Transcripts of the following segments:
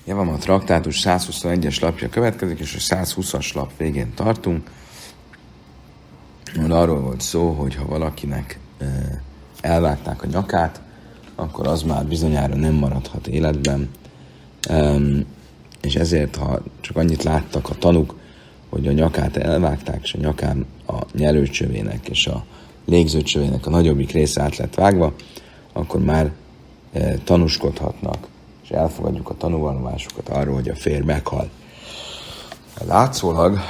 Javam a traktátus 121-es lapja következik, és a 120-as lap végén tartunk. Arról volt szó, hogy ha valakinek elvágták a nyakát, akkor az már bizonyára nem maradhat életben. És ezért, ha csak annyit láttak a tanúk, hogy a nyakát elvágták, és a nyakán a nyelőcsövének és a légzőcsövének a nagyobbik része át lett vágva, akkor már tanúskodhatnak, és elfogadjuk a tanúvallomásukat arról, hogy a férj meghal. Látszólag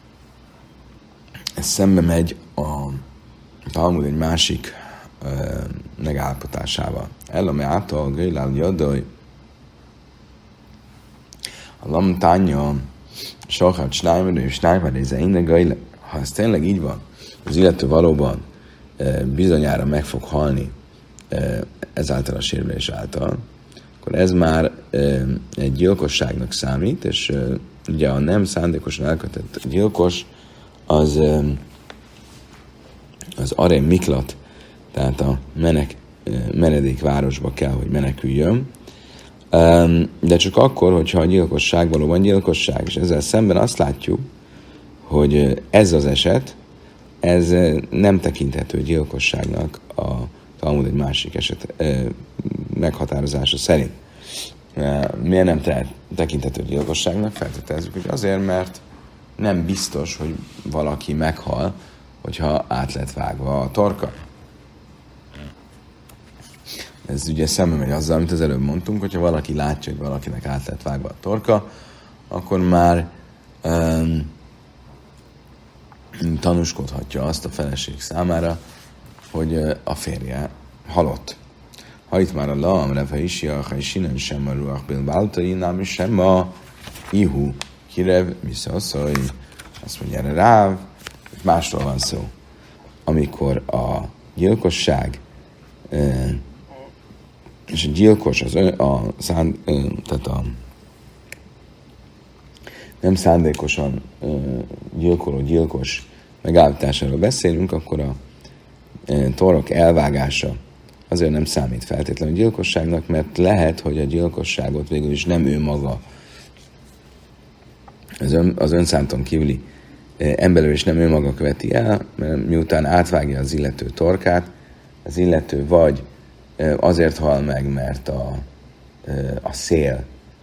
ez szembe megy a Talmud egy másik megállapotásával. Elame által gőlál jadaj a lamtánya sokat snájmerő és snájmeréze innen gajle. Ha ez tényleg így van, az illető valóban bizonyára meg fog halni ezáltal a sérülés által, akkor ez már egy gyilkosságnak számít, és ugye a nem szándékosan elkövetett gyilkos az arém miklat, tehát a menedékvárosba kell, hogy meneküljön, de csak akkor, hogyha a gyilkosság valóban gyilkosság, és ezzel szemben azt látjuk, hogy ez az eset, ez nem tekinthető gyilkosságnak a Talmud egy másik eset meghatározása szerint. Miért nem tekinthető gyilkosságnak? Feltételezzük, hogy azért, mert nem biztos, hogy valaki meghal, hogyha át lett vágva a torka. Ez ugye szembe megy azzal, amit az előbb mondtunk, hogyha valaki látja, hogy valakinek át lett vágva a torka, akkor már tanúskodhatja azt a feleség számára, hogy a férje halott. Ha itt már a laam, refe isia, ha is innen sem a ruach bilbáltai, nem is sem a ihu, kirev, miszaszaj, azt mondja erre ráv, másról van szó. Amikor a gyilkosság és a gyilkos, tehát a nem szándékosan gyilkoló gyilkos megállításáról beszélünk, akkor a torok elvágása azért nem számít feltétlenül gyilkosságnak, mert lehet, hogy a gyilkosságot végül is nem ő maga, az önszánton kívüli emberről is nem ő maga követi el, mert miután átvágja az illető torkát, az illető vagy azért hal meg, mert a szél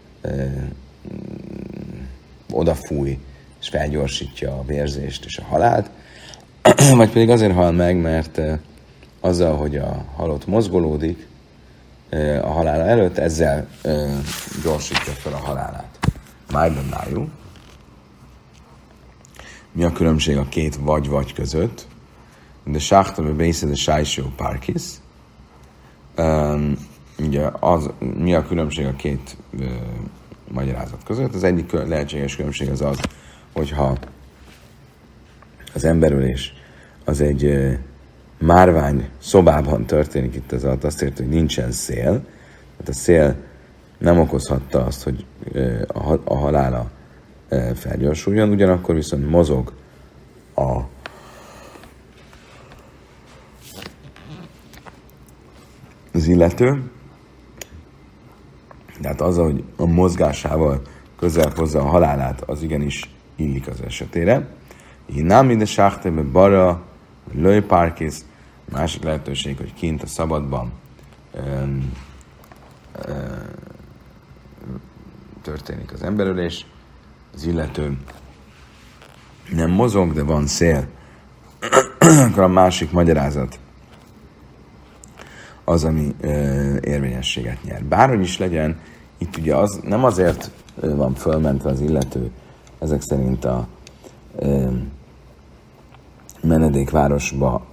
odafúj, és felgyorsítja a vérzést és a halált, vagy pedig azért hal meg, mert azzal, hogy a halott mozgolódik a halála előtt, ezzel gyorsítja fel a halálát. Májban nájú. Mi a különbség a két vagy között? De sáhtabe bészed a sájsó párkis. Ugye mi a különbség a két magyarázat között? Az egyik lehetséges különbség az az, hogyha az emberölés az egy márvány szobában történik, itt az alatt azt érti, hogy nincsen szél, tehát a szél nem okozhatta azt, hogy a halála felgyorsuljon, ugyanakkor viszont mozog az illető, tehát az, hogy a mozgásával közel hozza a halálát, az igenis illik az esetére. Így nem ide sáhtebe bara, lőpárkész, másik lehetőség, hogy kint a szabadban történik az emberölés, az illető nem mozog, de van szél, akkor a másik magyarázat az, ami érvényességet nyer. Bárhogy is legyen, itt ugye az nem azért van fölmentve az illető, ezek szerint a menedékvárosba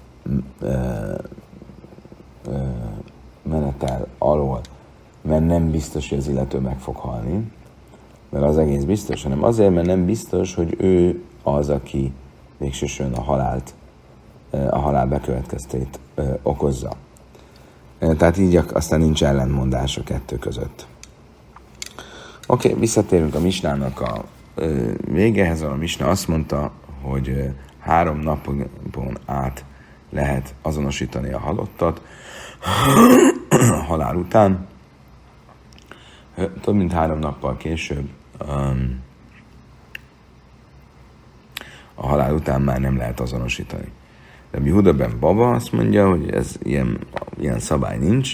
menetel alól, mert nem biztos, hogy az illető meg fog halni, mert az egész biztos, hanem azért, mert nem biztos, hogy ő az, aki végsősorban a halál bekövetkeztét okozza. Tehát így aztán nincs ellentmondás a kettő között. Oké, visszatérünk a misnának a végehez, a misna azt mondta, hogy 3 napon át lehet azonosítani a halottat a halál után. több mint 3 nappal később a halál után már nem lehet azonosítani. Rabbi Yehuda ben Baba azt mondja, hogy ez ilyen szabály nincs,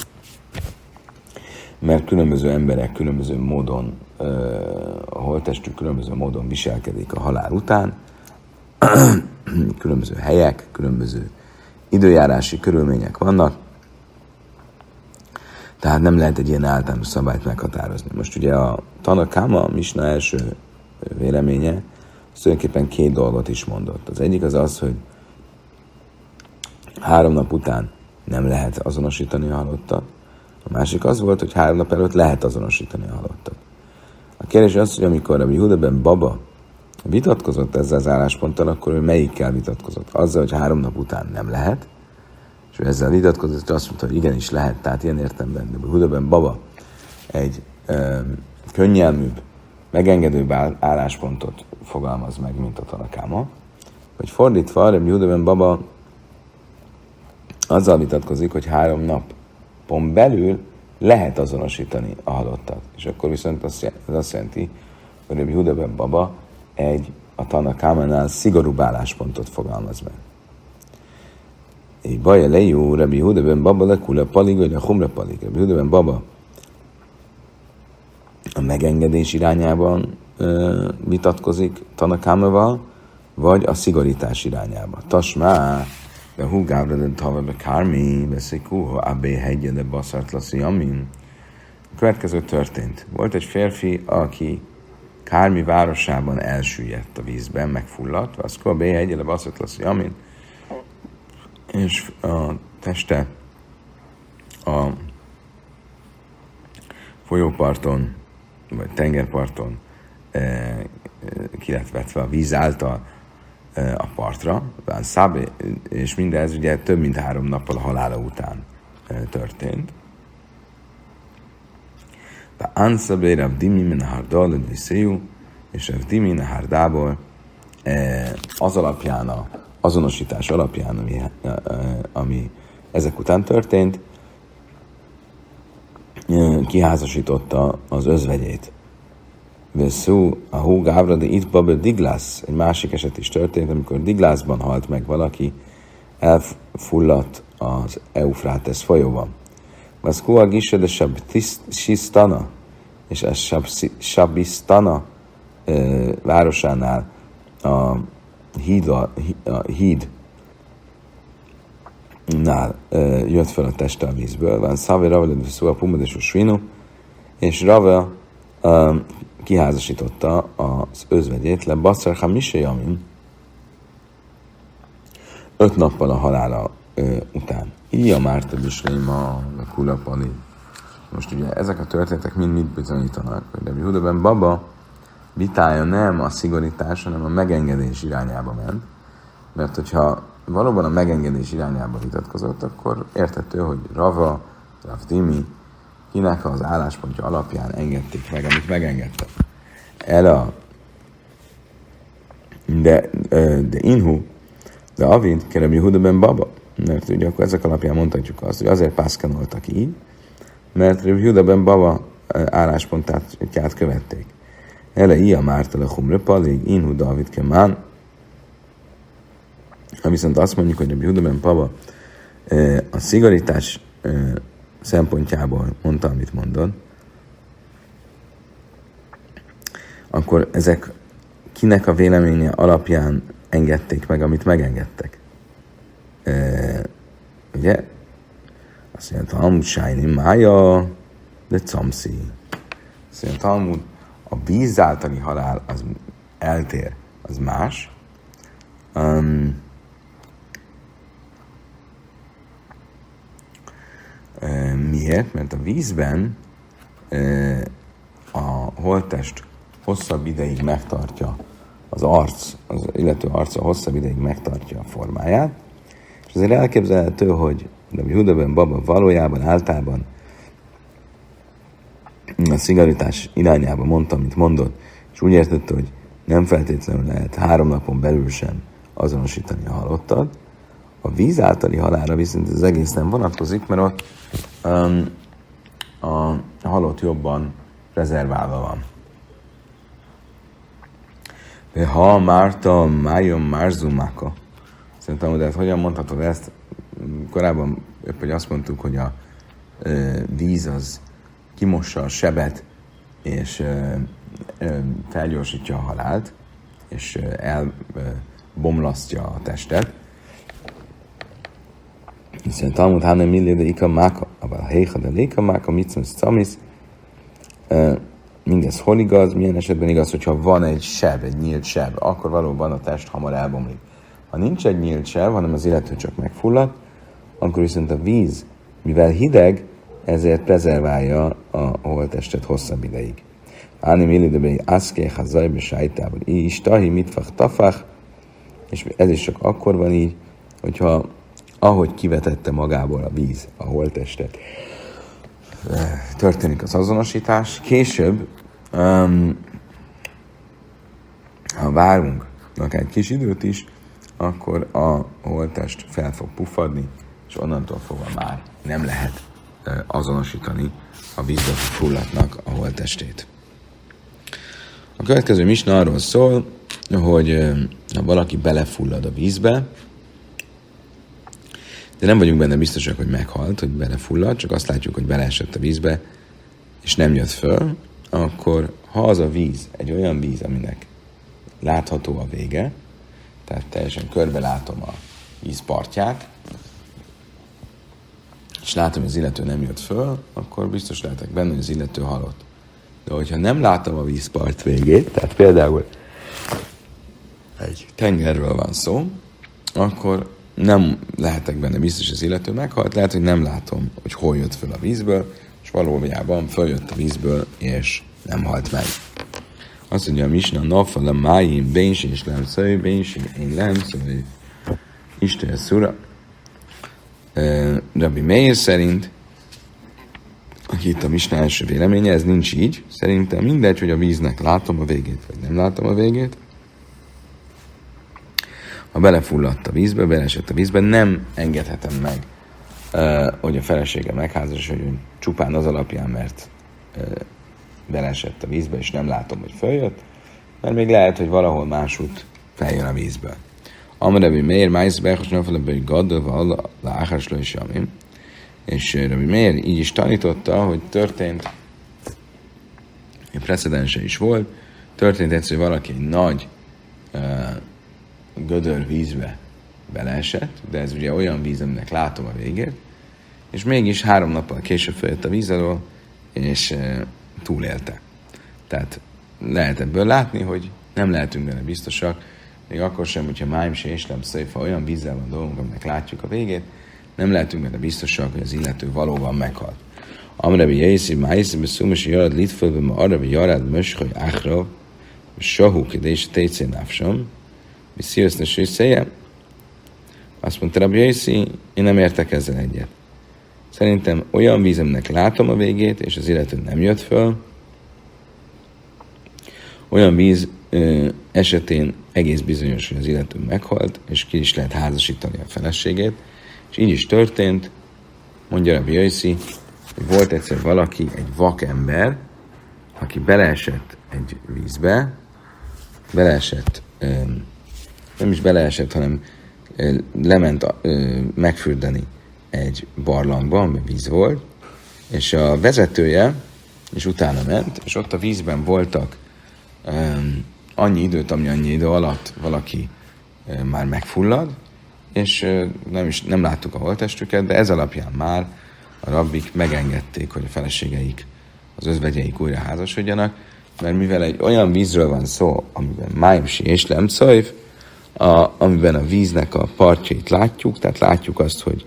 mert különböző emberek különböző módon, a holttestük különböző módon viselkedik a halál után, különböző helyek, különböző időjárási körülmények vannak, tehát nem lehet egy ilyen általános szabályt meghatározni. Most ugye a Tana Kama, a Misna első véleménye, az tulajdonképpen 2 dolgot is mondott. Az egyik az az, hogy 3 nap után nem lehet azonosítani a halottat. A másik az volt, hogy 3 nap előtt lehet azonosítani a halottat. A kérdés az, hogy amikor a Yehuda ben Baba vitatkozott ezzel az állásponttal, akkor ő melyikkel vitatkozott? Azzal, hogy 3 nap után nem lehet, és ő ezzel vitatkozott, és azt mondta, hogy igenis lehet, tehát ilyen értelemben, de Yehuda ben Baba egy könnyelműbb, megengedőbb álláspontot fogalmaz meg, mint a Tana Kama, hogy fordítva, a Yehuda ben Baba azzal vitatkozik, hogy 3 napon belül lehet azonosítani a halottat. És akkor viszont ez azt jelenti, hogy Rabbi Yehuda ben Baba a Tana Kamánál szigorúbb álláspontot fogalmaz meg. Egy baja lejú, Rabbi Yehuda ben Baba lekula palig, vagy a humra palig. Rabbi Yehuda ben Baba a megengedés irányában vitatkozik Tana Kamával, vagy a szigorítás irányába. Tasmá, de hú gábradön tavabe kármi, beszékú, ha abbé hegye, de baszart lassi amin. A következő történt. Volt egy férfi, aki Kármi városában elsüllyedt a vízben, megfulladt, vaszkó abbé hegye, de baszart lassi amin. És a teste a folyóparton, vagy tengerparton ki lett vetve a víz által a partra, és mindez ugye több mint 3 nappal a halála után történt. De Anszabé Rav Dimi Menahardal Ledviszéjú, és Rav Dimi Nahárdából az alapján, az azonosítás alapján, ami ezek után történt, kiházasította az özvegyét. Veszú, a hú gávra, de itt babel Diglász, egy másik eset is történt, amikor Diglászban halt meg valaki, elfulladt az Eufrátesz folyóban. Vaszkó a gise de Sabistana, és a Sabistana városánál a hídnál jött fel a teste a vízből. Van Szavé Rava, de Veszú a Pumadesu Svinu, és Rava kiházasította az özvegyét le Basszar Hamisé Jamin 5 nappal a halála után. Így a Márta Bisléma, a Kulapali. Most ugye ezek a történetek mind mit bizonyítanak? Hogy Rabbi Yehuda ben Baba vitája nem a szigorítás, hanem a megengedés irányába ment. Mert hogyha valóban a megengedés irányába vitatkozott, akkor érthető, hogy Rava, Rav Dimi, kinek az álláspontja alapján engedték meg, amit megengedtek. De Inhu, de Avid, Rabbi Yehuda ben Baba, mert ugye akkor ezek alapján mondhatjuk azt, hogy azért pászkanoltak így, mert Rabbi Yehuda ben Baba álláspontját követték. Ia Márta le humre palig, Inhu David kemán. Ha viszont azt mondjuk, hogy Rabbi Yehuda ben Baba a szigorítás szempontjából mondta, amit mondod, akkor ezek kinek a véleménye alapján engedték meg, amit megengedtek. Ugye? Azt mondja, Talmud Sájni Mája, de Camszi. Azt mondja, Talmud, a víz általi halál az eltér, az más. Miért? Mert a vízben a holttest hosszabb ideig megtartja az illető arca hosszabb ideig megtartja a formáját, és azért elképzelhető, hogy Rabbi Yehuda ben Baba valójában általában a szigorítás irányába mondta, amit mondott, és úgy értette, hogy nem feltétlenül lehet 3 napon belül sem azonosítani a halottat. A víz általi halálra viszont az egész nem vonatkozik, mert ott a halott jobban rezerválva van. De ha Márta Májon Márzumáka. Szerintem, de hát hogyan mondhatod ezt? Korábban épp, hogy azt mondtuk, hogy a víz az kimossa a sebet, és felgyorsítja a halált, és elbomlasztja a testet. Hiszen Talmud hanem milléde ika máka, abban a héjha de léka máka, mitszöms camis. Mindez hol igaz? Milyen esetben igaz, hogyha van egy seb, egy nyílt seb, akkor valóban a test hamar elbomlik. Ha nincs egy nyílt seb, hanem az illető csak megfullad, akkor viszont a víz, mivel hideg, ezért prezerválja a holttestet hosszabb ideig. Áni millidebei aszkéh a zajbe sájtában. Is tahi mitfach tafach, és ez is csak akkor van így, hogyha ahogy kivetette magából a víz a holttestet, történik az azonosítás. Később, ha várunk akár egy kis időt is, akkor a holttest fel fog puffadni, és onnantól fogva már nem lehet azonosítani a vízbe fulladtnak a holttestét. A következő misna arról szól, hogy ha valaki belefullad a vízbe, de nem vagyunk benne biztosak, hogy meghalt, hogy belefullad, csak azt látjuk, hogy beleesett a vízbe, és nem jött föl, akkor ha az a víz egy olyan víz, aminek látható a vége, tehát teljesen körbe látom a vízpartját, és látom, hogy az illető nem jött föl, akkor biztos lehetek benne, hogy az illető halott. De hogyha nem látom a vízpart végét, tehát például egy tengerről van szó, akkor nem lehetek benne biztos, hogy az illető meghalt, lehet, hogy nem látom, hogy hol jött föl a vízből, és valójában följött a vízből, és nem halt meg. Azt mondja a misna, nafala májim, bénsi és lemszai, bénsi én lemszai, Isten szura. Rabbi Meir szerint, aki itt a misna első véleménye, ez nincs így. Szerintem mindegy, hogy a víznek látom a végét, vagy nem látom a végét. Ha belefulladt a vízbe, beleesett a vízbe, nem engedhetem meg, hogy a felesége megházasodjon csupán az alapján, mert beleesett a vízbe, és nem látom, hogy följött, mert még lehet, hogy valahol másút feljön a vízből. Amarabi Meir, Májszbechos, Nafalabeli Gaddova, Láhásló és Jamim. És Rabbi Meir így is tanította, hogy történt, egy precedense is volt, történt egyszer, hogy valaki egy nagy gödör vízbe beleesett, de ez ugye olyan víz, aminek látom a végét, és mégis 3 nappal később följött a víz alól, és túlélte. Tehát lehet ebből látni, hogy nem lehetünk benne biztosak, még akkor sem, hogyha májm se és nem széfa, olyan vízzel van dolgunk, aminek látjuk a végét, nem lehetünk benne biztosak, hogy az illető valóban meghalt. Amrebi Jézi, Májzi, Beszumasi Jarad Litfölbe, ma Arabi Jarad, Möshoj, Achrav, Sahu, Kedés, Técé, Návsom, Viszírszne, Sőszéje. Azt mondta Rabbi Jézi, én nem értek ezzel egyet. Szerintem olyan víz, aminek látom a végét, és az illető nem jött föl, olyan víz esetén egész bizonyos, hogy az illető meghalt, és ki is lehet házasítani a feleségét, és így is történt, mondja Rabbi Jézi, hogy volt egyszer valaki, egy vakember, aki beleesett egy vízbe, nem is beleesett, hanem lement megfürdeni egy barlangba, ami víz volt, és a vezetője is utána ment, és ott a vízben voltak annyi idő alatt valaki már megfullad, és nem láttuk a holttestüket, de ez alapján már a rabbik megengedték, hogy a feleségeik, az özvegyeik újra házasodjanak, mert mivel egy olyan vízről van szó, amiben májmsi és lemszajv, amiben a víznek a partjait látjuk, tehát látjuk azt, hogy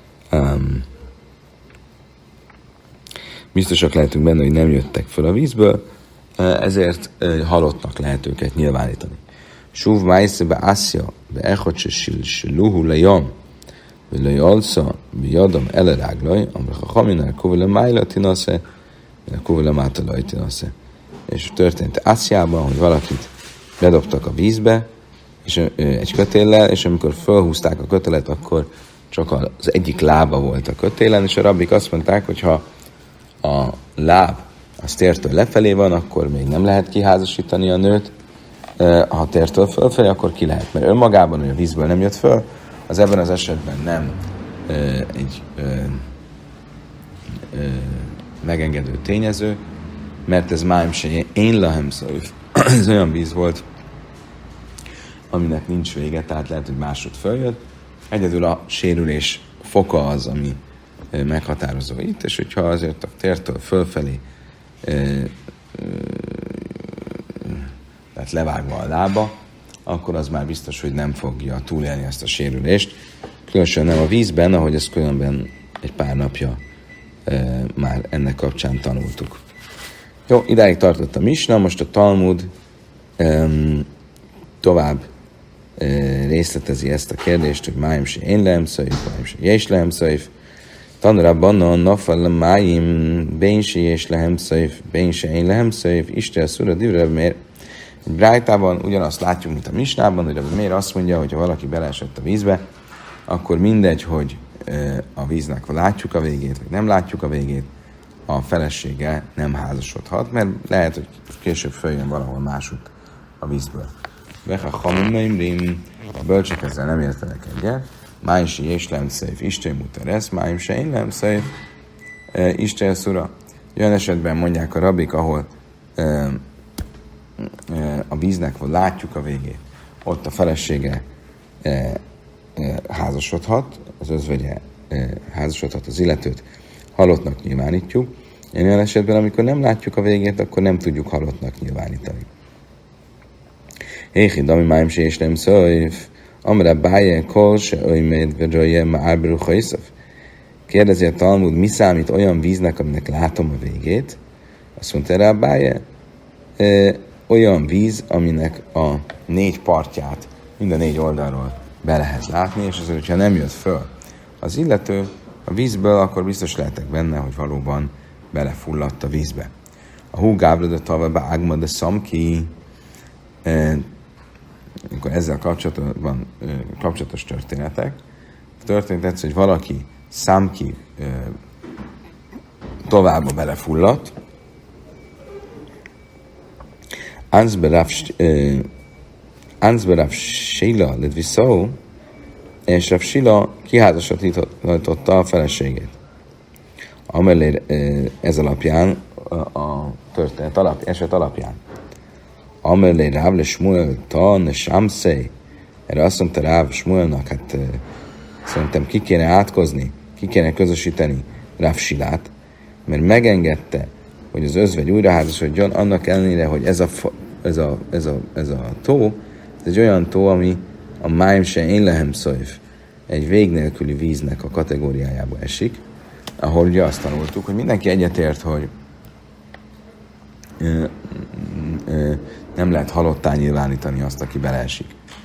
biztosak lehetünk benne, hogy nem jöttek föl a vízből, ezért halottnak lehet őket nyilvánítani. Suv májsze be aszja, be echocse luhu lejam, be lejalsza, be jadam eleráglaj, amre ha haminál kovile májla tinasze, be kovile mátalaj tinasze. És történt Aszjában, hogy valakit bedobtak a vízbe, és egy kötéllel, és amikor felhúzták a kötelet, akkor csak az egyik lába volt a kötélen, és a rabbik azt mondták, hogy ha a láb az tértől lefelé van, akkor még nem lehet kiházasítani a nőt, ha tértől fölfelé, akkor ki lehet. Mert önmagában, hogy a vízből nem jött föl, az ebben az esetben nem egy megengedő tényező, mert ez máim se én lahem szöjf. Ez olyan víz volt, aminek nincs vége, tehát lehet, hogy másod följött. Egyedül a sérülés foka az, ami meghatározó itt, és hogyha azért a tértől fölfelé tehát levágva a lába, akkor az már biztos, hogy nem fogja túlélni ezt a sérülést. Különösen nem a vízben, ahogy ezt különben egy pár napja már ennek kapcsán tanultuk. Jó, idáig tartott a misna, most a Talmud tovább részletezi ezt a kérdést, hogy máim se én lehem szöjf, máim se jés lehem szöjf. Tanrabbanon nafal máim bén se jés lehem szöjf, bén se én lehem szöjf, Isten szura divre mér. Brájtában ugyanazt látjuk, mint a misnában, hogy miért azt mondja, hogy ha valaki beleesett a vízbe, akkor mindegy, hogy a víznek látjuk a végét, vagy nem látjuk a végét, a felesége nem házasodhat, mert lehet, hogy később följön valahol másuk a vízből. Veha hamimnaimrim, a bölcsek ezzel nem értenek egyet. Máim se jés lehem szöjf, Isten muteresz, máim se én lehem szöjf, Isten szura. Olyan esetben mondják a rabik, ahol a víznek látjuk a végét, ott a felesége házasodhat, az özvegye házasodhat az illetőt, halottnak nyilvánítjuk. Olyan esetben, amikor nem látjuk a végét, akkor nem tudjuk halottnak nyilvánítani. Héhid, ami máim se és nem szöjf, amire báje kol se öjméd vedzsajje ma árbru hajszaf. Kérdezi a Talmud, mi számít olyan víznek, aminek látom a végét? Azt mondta rá báje, olyan víz, aminek a 4 partját mind a 4 oldalról be lehet látni, és azért, hogyha nem jött föl az illető a vízből, akkor biztos lehetek benne, hogy valóban belefulladt a vízbe. A húgábradott alva ágma de szamki, amikor ezzel kapcsolatban kapcsolatos történetek. Történt egyszer, hogy valaki számki továbbba belefulladt, Ansberav Sila Lidviszó, és Rav Sila kiházasította a feleségét. Amelé ez alapján, a történet eset alapján. Amelé Ráv le Shmuel tan Samszei, erre azt mondta Ráv Shmuelnak, hát szerintem ki kéne átkozni, ki kéne közösíteni Rav Silát, mert megengedte, hogy az özvegy újraházasodjon, annak ellenére, hogy ez a tó, ez egy olyan tó, ami a máim se én lehem szöjf, egy vég nélküli víznek a kategóriájába esik, ahol ugye azt tanultuk, hogy mindenki egyetért, hogy nem lehet halottá nyilvánítani azt, aki beleesik.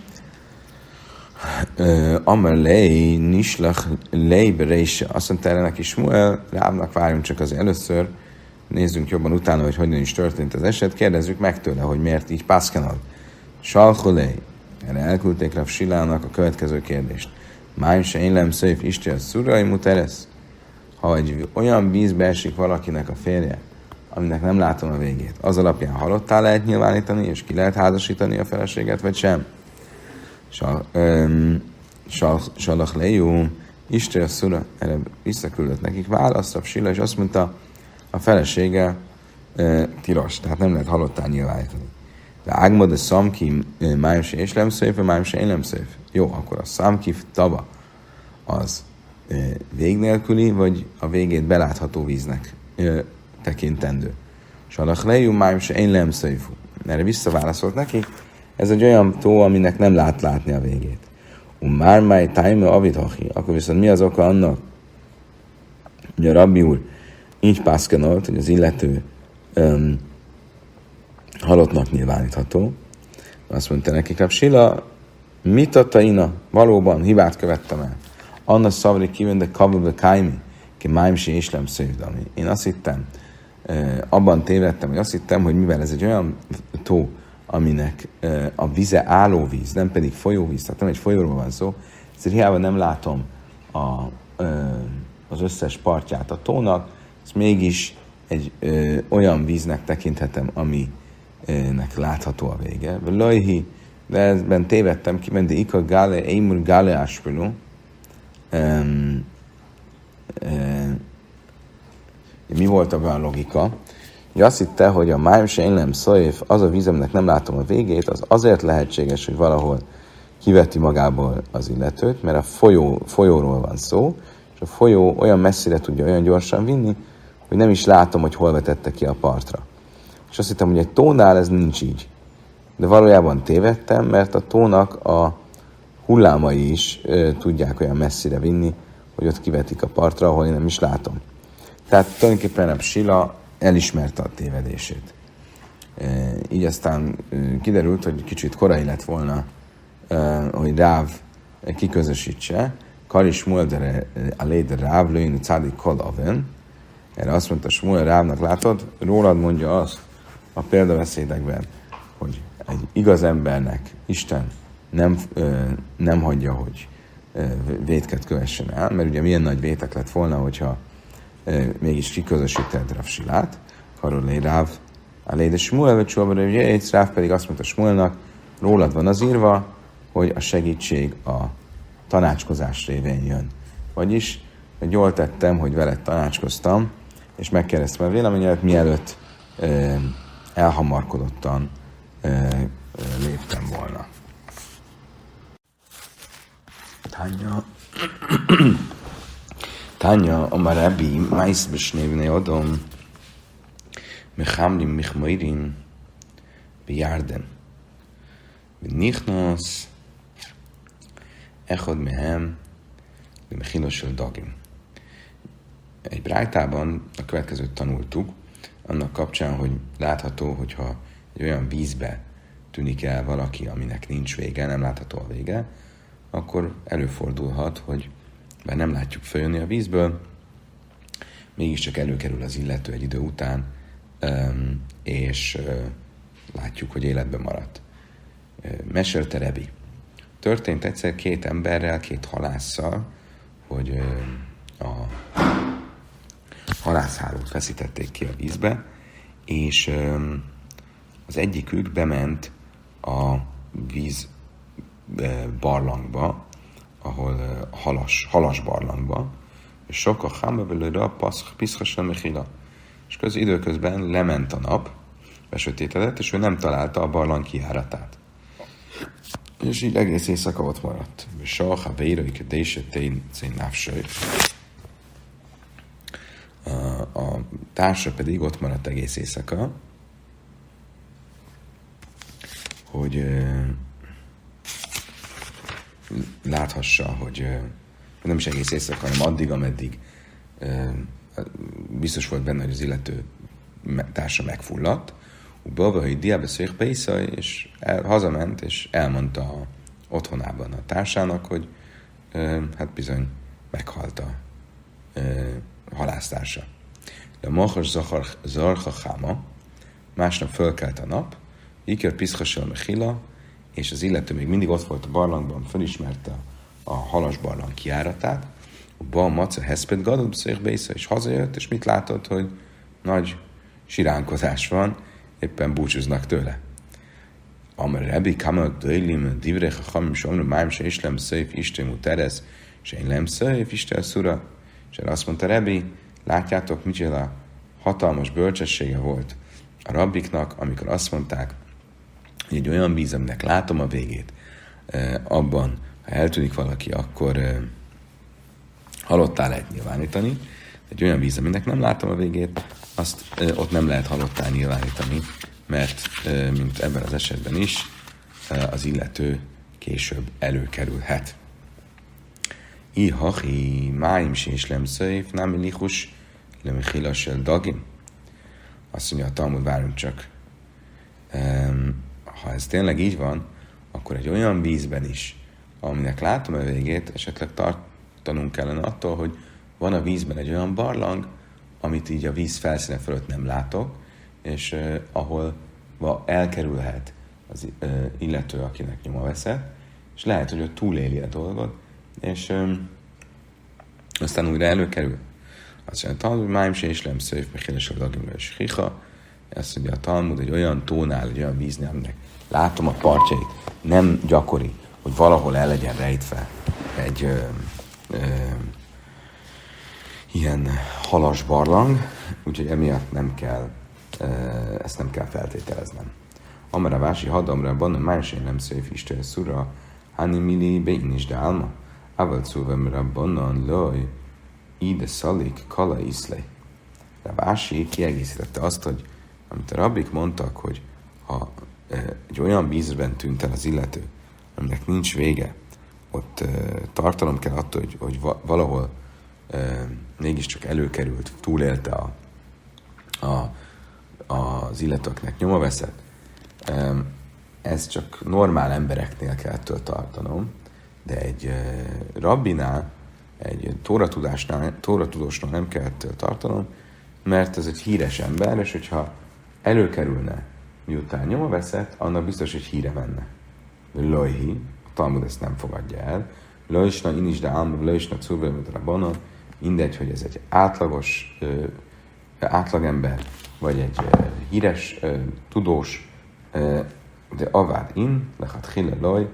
Amelé nislach leiberése, azt mondta erre neki Shmuel, Rávnak várjunk csak az először, nézzünk jobban utána, hogy hogyan is történt az eset, kérdezzük meg tőle, hogy miért így pászkenal. Salcholé, erre elküldték Rav Silának a következő kérdést. Máim se én lehem szöjf Isten szurai muteresz? Ha egy olyan vízbe esik valakinek a férje, aminek nem látom a végét, az alapján halottá lehet nyilvánítani, és ki lehet házasítani a feleséget, vagy sem? Salach lejú, Isten szura, erre visszaküldött nekik választ, Rav Sila, és azt mondta, a felesége tilos, tehát nem lehet halottá nyilvánítani. De ágma de szamki máim se és lemszöjf, máim se én lemszöjf. Jó, akkor a szamki tava az vég nélküli, vagy a végét belátható víznek tekintendő. Salach lejú, máim se én lemszöjf. Erre visszaválaszolt neki, ez egy olyan tó, aminek nem lehet látni a végét. Már máj tájme avidhachi. Akkor viszont mi az oka annak, hogy a rabbi úr így pászkenolt, hogy az illető halottnak nyilvánítható. Azt mondta nekik, Rav Sila, mit adta ina? Valóban hibát követtem el. Anna szavri kívül, kavulbe kájmi, ki máim se éslem szövdami. Én azt hittem, abban tévedtem, hogy azt hittem, hogy mivel ez egy olyan tó, aminek a vize állóvíz, nem pedig folyóvíz, tehát nem egy folyóról van szó, ezért hiába nem látom az összes partját a tónak, ez mégis egy olyan víznek tekinthetem, aminek látható a vége. Lajhi, de ebben tévedtem ki, mert ika gále, émur gále áspiló. Mi volt abban a logika? Azt hitte, hogy a májm se én szajf, az a víz, aminek nem látom a végét, az azért lehetséges, hogy valahol kiveti magából az illetőt, mert a folyóról van szó, és a folyó olyan messzire tudja olyan gyorsan vinni, hogy nem is látom, hogy hol vetette ki a partra. És azt hittem, hogy egy tónál ez nincs így. De valójában tévedtem, mert a tónak a hullámai is tudják olyan messzire vinni, hogy ott kivetik a partra, ahol én nem is látom. Tehát tulajdonképpen a Sila elismerte a tévedését. Így aztán kiderült, hogy kicsit korai lett volna, hogy Ráv kiközösítse. Kari Shmuel a léde Ráv lőjön cádik kol aven. Erre azt mondta Shmuel Rávnak, látod, rólad mondja azt a példabeszédekben, hogy egy igaz embernek Isten nem hagyja, hogy vétket kövessen el, mert ugye milyen nagy vétek lett volna, hogyha mégis kiközösíted Rav Silát, Karolé Ráv, a léde Shmuel, vagy Csolva, egy Ráv pedig azt mondta Shmuelnak, rólad van az írva, hogy a segítség a tanácskozás révén jön. Vagyis, hogy jól tettem, hogy veled tanácskoztam, és megkérdeztem a véleményedet, mielőtt elhamarkodottan léptem volna. Tanya, Amar Rabbi, Májsz Besnévné adom, Mechamlim Michmairin, Bejárden. Nichnasz, Echod Mehem, Mechilosel Dagim. Egy brájtában a következőt tanultuk, annak kapcsán, hogy látható, hogyha egy olyan vízbe tűnik el valaki, aminek nincs vége, nem látható a vége, akkor előfordulhat, hogy bár nem látjuk följönni a vízből, mégiscsak előkerül az illető egy idő után, és látjuk, hogy életben maradt. Mesélte Rebi. Történt egyszer két emberrel, két halásszal, hogy a halászhálót feszítették ki a vízbe, és az egyikük bement a víz barlangba, ahol halas barlangba, és sok a hámbebelőre piszkasra mechila. És időközben lement a nap, besötétedett, és ő nem találta a barlang kijáratát. És így egész éjszaka ott maradt. És a véraik désetén návsöj. A társa pedig ott maradt egész éjszaka, hogy láthassa, hogy nem is egész éjszaka, hanem addig, ameddig biztos volt benne, hogy az illető társa megfulladt, Baba, hogy diábeszék beisza, és hazament, és elmondta otthonában a társának, hogy hát bizony meghalt a halásztársa. De a Mahas Zarcha Cháma, másnap fölkelt a nap, Iker Piszkasel Mechila, és az illető még mindig ott volt a barlangban, felismerte a halas barlang kijáratát, Ba Maca Heszped Gadol beszék beisza, és hazajött, és mit látott, hogy nagy siránkozás van, éppen búcsúznak tőle. Amar Rebbi Kamal Döjlim Divrei Chachamim Somru Máim se Islem Szöjf Isten Muteres se Lem Szöjf Isten Szura. És erre azt mondta Rebbi, látjátok, micsoda hatalmas bölcsessége volt a rabbiknak, amikor azt mondták, hogy egy olyan víz, aminek látom a végét, abban, ha eltűnik valaki, akkor halottá lehet nyilvánítani. Egy olyan víz, aminek nem látom a végét, azt ott nem lehet halottá nyilvánítani, mert, mint ebben az esetben is, az illető később előkerülhet. Ihachi, máim sincs lemszöjf, nem lichus, lemichilasel dagim. Azt mondja a Talmud, várjunk csak. Ha ez tényleg így van, akkor egy olyan vízben is, aminek látom a végét, esetleg tartanunk kellene attól, hogy van a vízben egy olyan barlang, amit így a víz felszíne fölött nem látok, és ahol elkerülhet az illető, akinek nyoma veszett, és lehet, hogy ott túléli a dolgot, és aztán újra előkerül. Azt mondja, a Talmud, máim se is lem szőf, mehéles a lagimra és hiha. Azt mondja, a Talmud egy olyan tónál, egy olyan víznél, aminek látom a partjait, nem gyakori, hogy valahol el legyen rejtve egy ilyen halas barlang, úgyhogy emiatt nem kell, ezt nem kell feltételeznem. Amara vási hadamra, banna másén nem szőf Isten szura, hani mili bein is de álma, aval szúvemre bannan loj, ide szalik kala iszlej. De Vási kiegészítette azt, hogy amit a rabbik mondtak, hogy ha egy olyan vízben tűnt el az illető, aminek nincs vége, ott tartalom kell attól, hogy valahol mégiscsak előkerült, túlélte az illetőknek nyoma veszett. Ez csak normál embereknél kell ettől tartanom, de egy rabbinál, egy tóratudósnál nem kell ettől tartanom, mert ez egy híres ember, és hogyha előkerülne, miután nyoma veszett, annak biztos, hogy híre menne. Lojhi, a Talmud ezt nem fogadja el. Lojsna inis de álmov, lojsna cúvőmöd rabbanon, mindegy, hogy ez egy átlagos átlagember, vagy egy híres tudós, de avád in, lechat chile loj,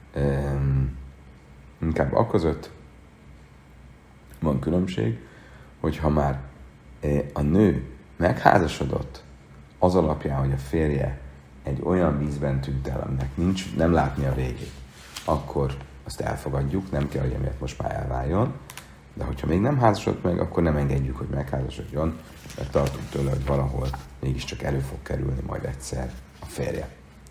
inkább aközött van különbség, hogyha már a nő megházasodott az alapján, hogy a férje egy olyan vízben tűnt el, aminek nem látni a végét, akkor azt elfogadjuk, nem kell, hogy emiatt most már elváljon, de hogyha még nem házasodott meg, akkor nem engedjük, hogy megházasodjon, mert tartunk tőle, hogy valahol mégiscsak elő fog kerülni majd egyszer a férje.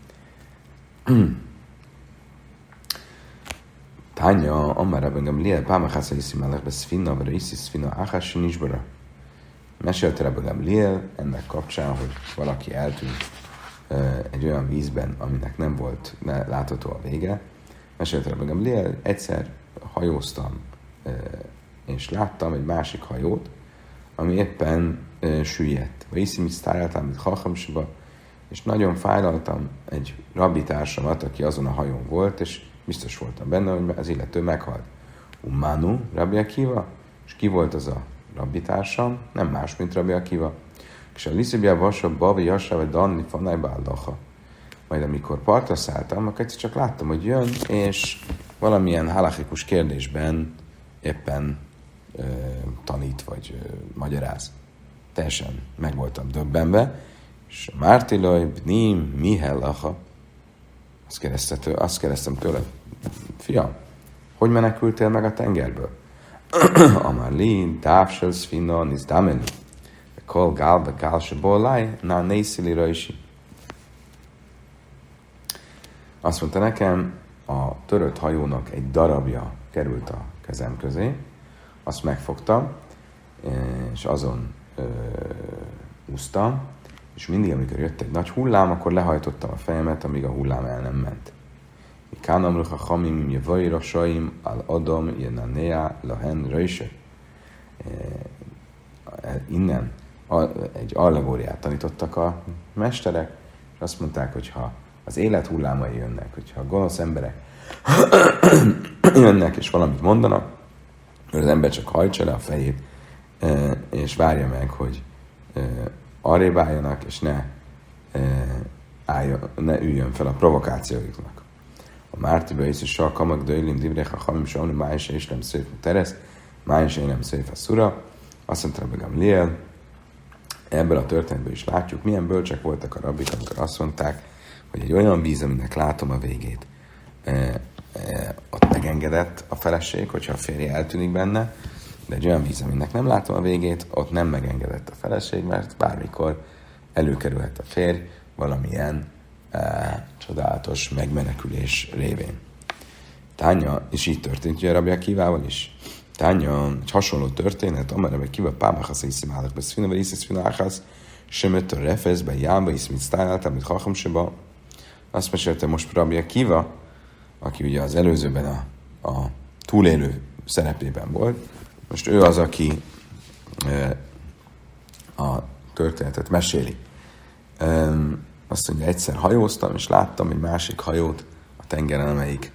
Tánya, amára bengem liel, pámachásza iszi melekbe szfinna, vagy iszi szfinna, áhási nisbara. Mesélte Rebbe Liel ennek kapcsán, hogy valaki eltűnt egy olyan vízben, aminek nem volt látható a vége. Mesélte Rebbe Liel, egyszer hajóztam, és láttam egy másik hajót, ami éppen süllyedt. Vagy iszi mit sztáráltam, mint Chachamsiba, és nagyon fájlaltam egy rabbi társamat, aki azon a hajón volt, és biztos voltam benne, hogy az illető meghalt. Umánu, Rabbi Akiva, és ki volt az a rabbi társam? Nem más, mint Rabbi Akiva. És a Liszibia Vasa, Bavi, Jasra, vagy Danni, Fanai, Báldacha. Majd amikor partra szálltam, akkor egyszer csak láttam, hogy jön, és valamilyen halachikus kérdésben éppen tanít, vagy magyaráz. Teljesen meg voltam döbbenve, és Mártilaj, Bnim, Mihellacha, azt kérdeztem tőle, fiam, hogy menekültél meg a tengerből? Amarli, Dávsel, Szfina, Nizdameni, Kol, Gálbe, Gálse, Bollai, Na, Nészili, Rajsi. Azt mondta nekem, a törött hajónak egy darabja került a kezem közé, azt megfogtam, és azon úsztam, és mindig, amikor jött egy nagy hullám, akkor lehajtottam a fejemet, amíg a hullám el nem ment. Kánamruch a chamim, javaira saim, al adam, jenanea, lahen, röjse. Innen egy allegóriát tanítottak a mesterek, és azt mondták, hogy ha az élet hullámai jönnek, hogyha gonosz emberek jönnek és valamit mondanak, az ember csak hajtsa le a fejét, és várja meg, hogy arrébb álljanak, és ne üljön fel a provokációiknak. A Mártiba is a kamak dőlim dibrecha hamim sauni májse is nem szép a tereszt, májse nem szép a szura. Azt mondta Rebbe Gamliel, ebből a történetből is látjuk, milyen bölcsek voltak a rabbik, amikor azt mondták, hogy egy olyan víz, aminek látom a végét, ott megengedett a feleség, hogyha a férje eltűnik benne, de egy olyan víz, aminek nem látom a végét, ott nem megengedett a feleség, mert bármikor előkerülhet a férj valamilyen csodálatos megmenekülés révén. Tánya, és így történt ugye Rabbi Akivával is. Tánya, egy hasonló történet, amely Rabbi Akiva pámachasz iszimálak, be szfina, vagy iszimálakhász, semmet a refezbe, jámba, iszmit sztáláltam, mint Chachamseba. Azt mesélte most Rabbi Akiva, aki ugye az előzőben a túlélő szerepében volt. Most ő az, aki a történetet meséli. Azt mondja, egyszer hajóztam, és láttam egy másik hajót a tengeren, amelyik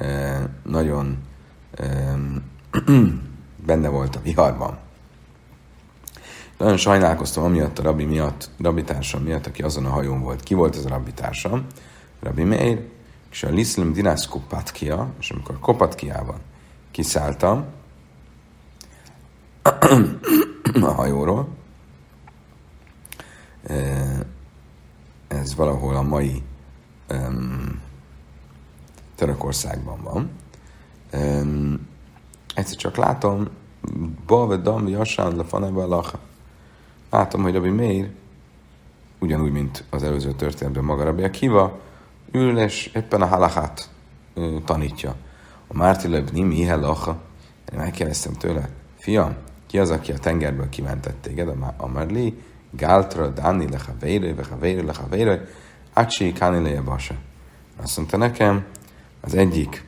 nagyon benne volt a viharban. Nagyon sajnálkoztam amiatt a rabbi társam miatt, aki azon a hajón volt. Ki volt ez a rabbi társam? Rabbi Meir, és a Liszlem Dinász Kopatkia, és amikor Kopatkiában kiszálltam a hajóról, ez valahol a mai Törökországban van. Egyszer csak látom, Bavedam, Jasán, Lefanebe, Lacha. Látom, hogy Rabbi Meir, ugyanúgy, mint az előző történetben maga Rabbi Akiva, ül és éppen a halachát tanítja. A Márti Lebni, Mihe Lacha. Én megkérdeztem tőle, fiam, ki az, aki a tengerből kimentett téged? A Marli, Gáltra, Dáni, Lecha Vére, Acsi, Káni, Leje, Basa. Azt mondta nekem, az egyik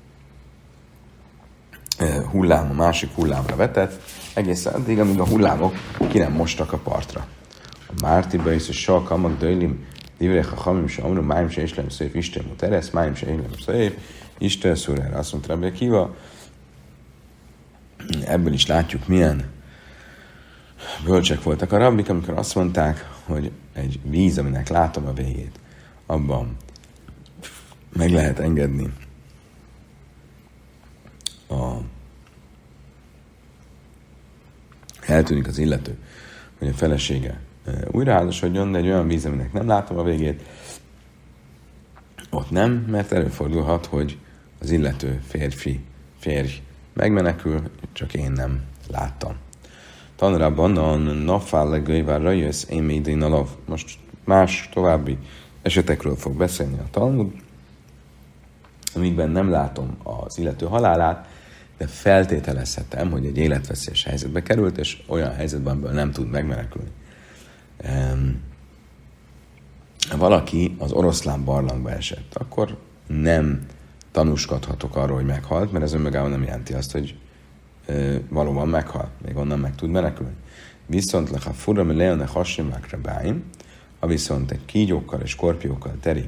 hullám a másik hullámra vetett, egészen addig, amíg a hullámok ki nem mostak a partra. A Mártiba is, hogy salkalmak dőlim, divrech a hamim se amru, máim se islem szép, Isten muteresz, máim se islem szép, Isten szúrára. Azt mondta Rabbi Akiva, ebből is látjuk, milyen bölcsek voltak a rabbik, amikor azt mondták, hogy egy víz, aminek látom a végét, abban meg lehet engedni eltűnik az illető, hogy a felesége újraházasodjon, de egy olyan víz, aminek nem látom a végét, ott nem, mert előfordulhat, hogy az illető férj megmenekül, csak én nem láttam. Tanrában a nafál legőjvárra jössz, én médén alav. Most más további esetekről fog beszélni a Talmud, amikben nem látom az illető halálát, de feltételezhetem, hogy egy életveszélyes helyzetbe került, és olyan helyzetben, amiből nem tud megmenekülni. Valaki az oroszlán barlangba esett, akkor nem tanúskodhatok arról, hogy meghalt, mert ez önmagában nem jelenti azt, hogy valóban meghalt, még onnan meg tud menekülni. Viszont leha fura, mi leone hasimlákra báim, ha viszont egy kígyókkal és skorpiókkal teri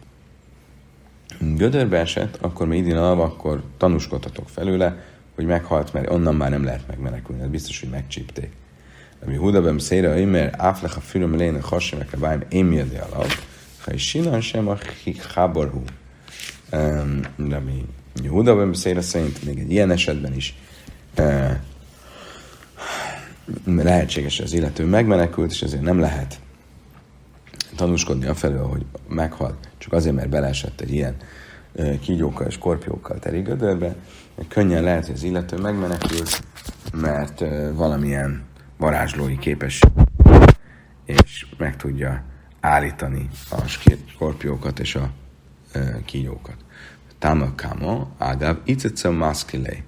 gödörbe esett, akkor még idén alva, akkor tanúskodhatok felőle, hogy meghalt, mert onnan már nem lehet megmenekülni. Ez biztos, hogy megcsípték. Ami hudabem széra, mert áflecha fülöm léne hasimlákra báim, én miért alav, ha is sinan sem a háború. Ami hudabem széra szerint még egy ilyen esetben is lehetséges, az illető megmenekült, és ezért nem lehet tanúskodni afelől, hogy meghalt, csak azért, mert beleesett egy ilyen kígyókkal és skorpiókkal teri gödörbe. Könnyen lehet, hogy az illető megmenekült, mert valamilyen varázslói képesség, és meg tudja állítani a skorpiókat és a kígyókat. Támakáma, ágább, icece maszkilé.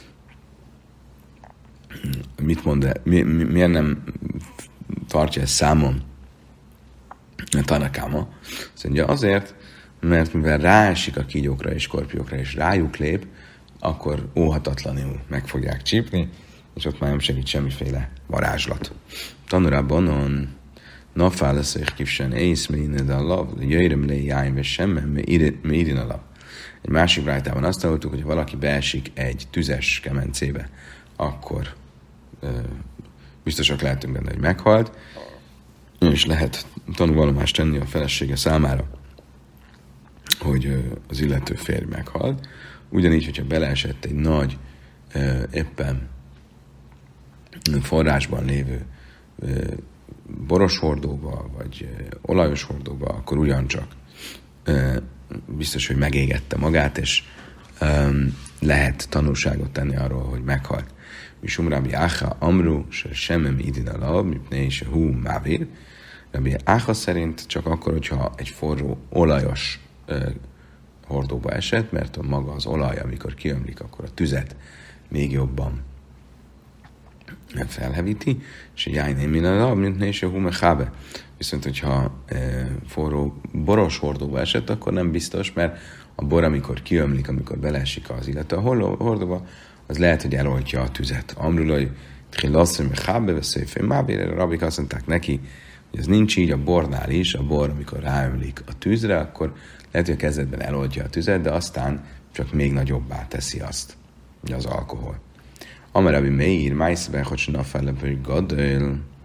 Mit mond, miért nem tartja ezt számon Tanakáma? Azt mondja, azért, mert mivel ráesik a kígyókra és skorpiókra, és rájuk lép, akkor óhatatlanul meg fogják csípni, és ott már nem segít semmiféle varázslat. Tanulában on nafál leszék kifsen ész, méned a lav, jöjjrem lé jájn, és semmem, mérin a lav. Egy másik rájtában azt tanultuk, hogy ha valaki beesik egy tüzes kemencébe, akkor biztosak lehetünk benne, hogy meghalt, és lehet tanúvallomást tenni a felesége számára, hogy az illető férj meghalt. Ugyanígy, hogyha beleesett egy nagy, éppen forrásban lévő boros hordóba, vagy olajos hordóba, akkor ugyancsak biztos, hogy megégette magát, és lehet tanulságot tenni arról, hogy meghalt. Misum Rabbi Ácha Amru, se semmem idin alav, mipnei se hú mávir. Rabbi Ácha szerint csak akkor, hogyha egy forró, olajos hordóba esett, mert maga az olaj, amikor kiömlik, akkor a tüzet még jobban felhevíti, és jájném minden alav, mipnei se hú mechábe. Viszont, hogyha forró, boros hordóba esett, akkor nem biztos, mert a bor, amikor kiömlik, amikor beleesik az illetve a hordóba, az lehet, hogy eloltja a tüzet. Amrulaj, trilasszony, meg hábe, veszélyfé, mábére, a rabik azt mondták neki, hogy ez nincs így a bornál is, a bor, amikor ráömlik a tűzre, akkor lehet, hogy a kezdetben eloltja a tüzet, de aztán csak még nagyobbá teszi azt, az alkohol. Amarabi Meir, májszbe, hogy nafele, hogy gadöl,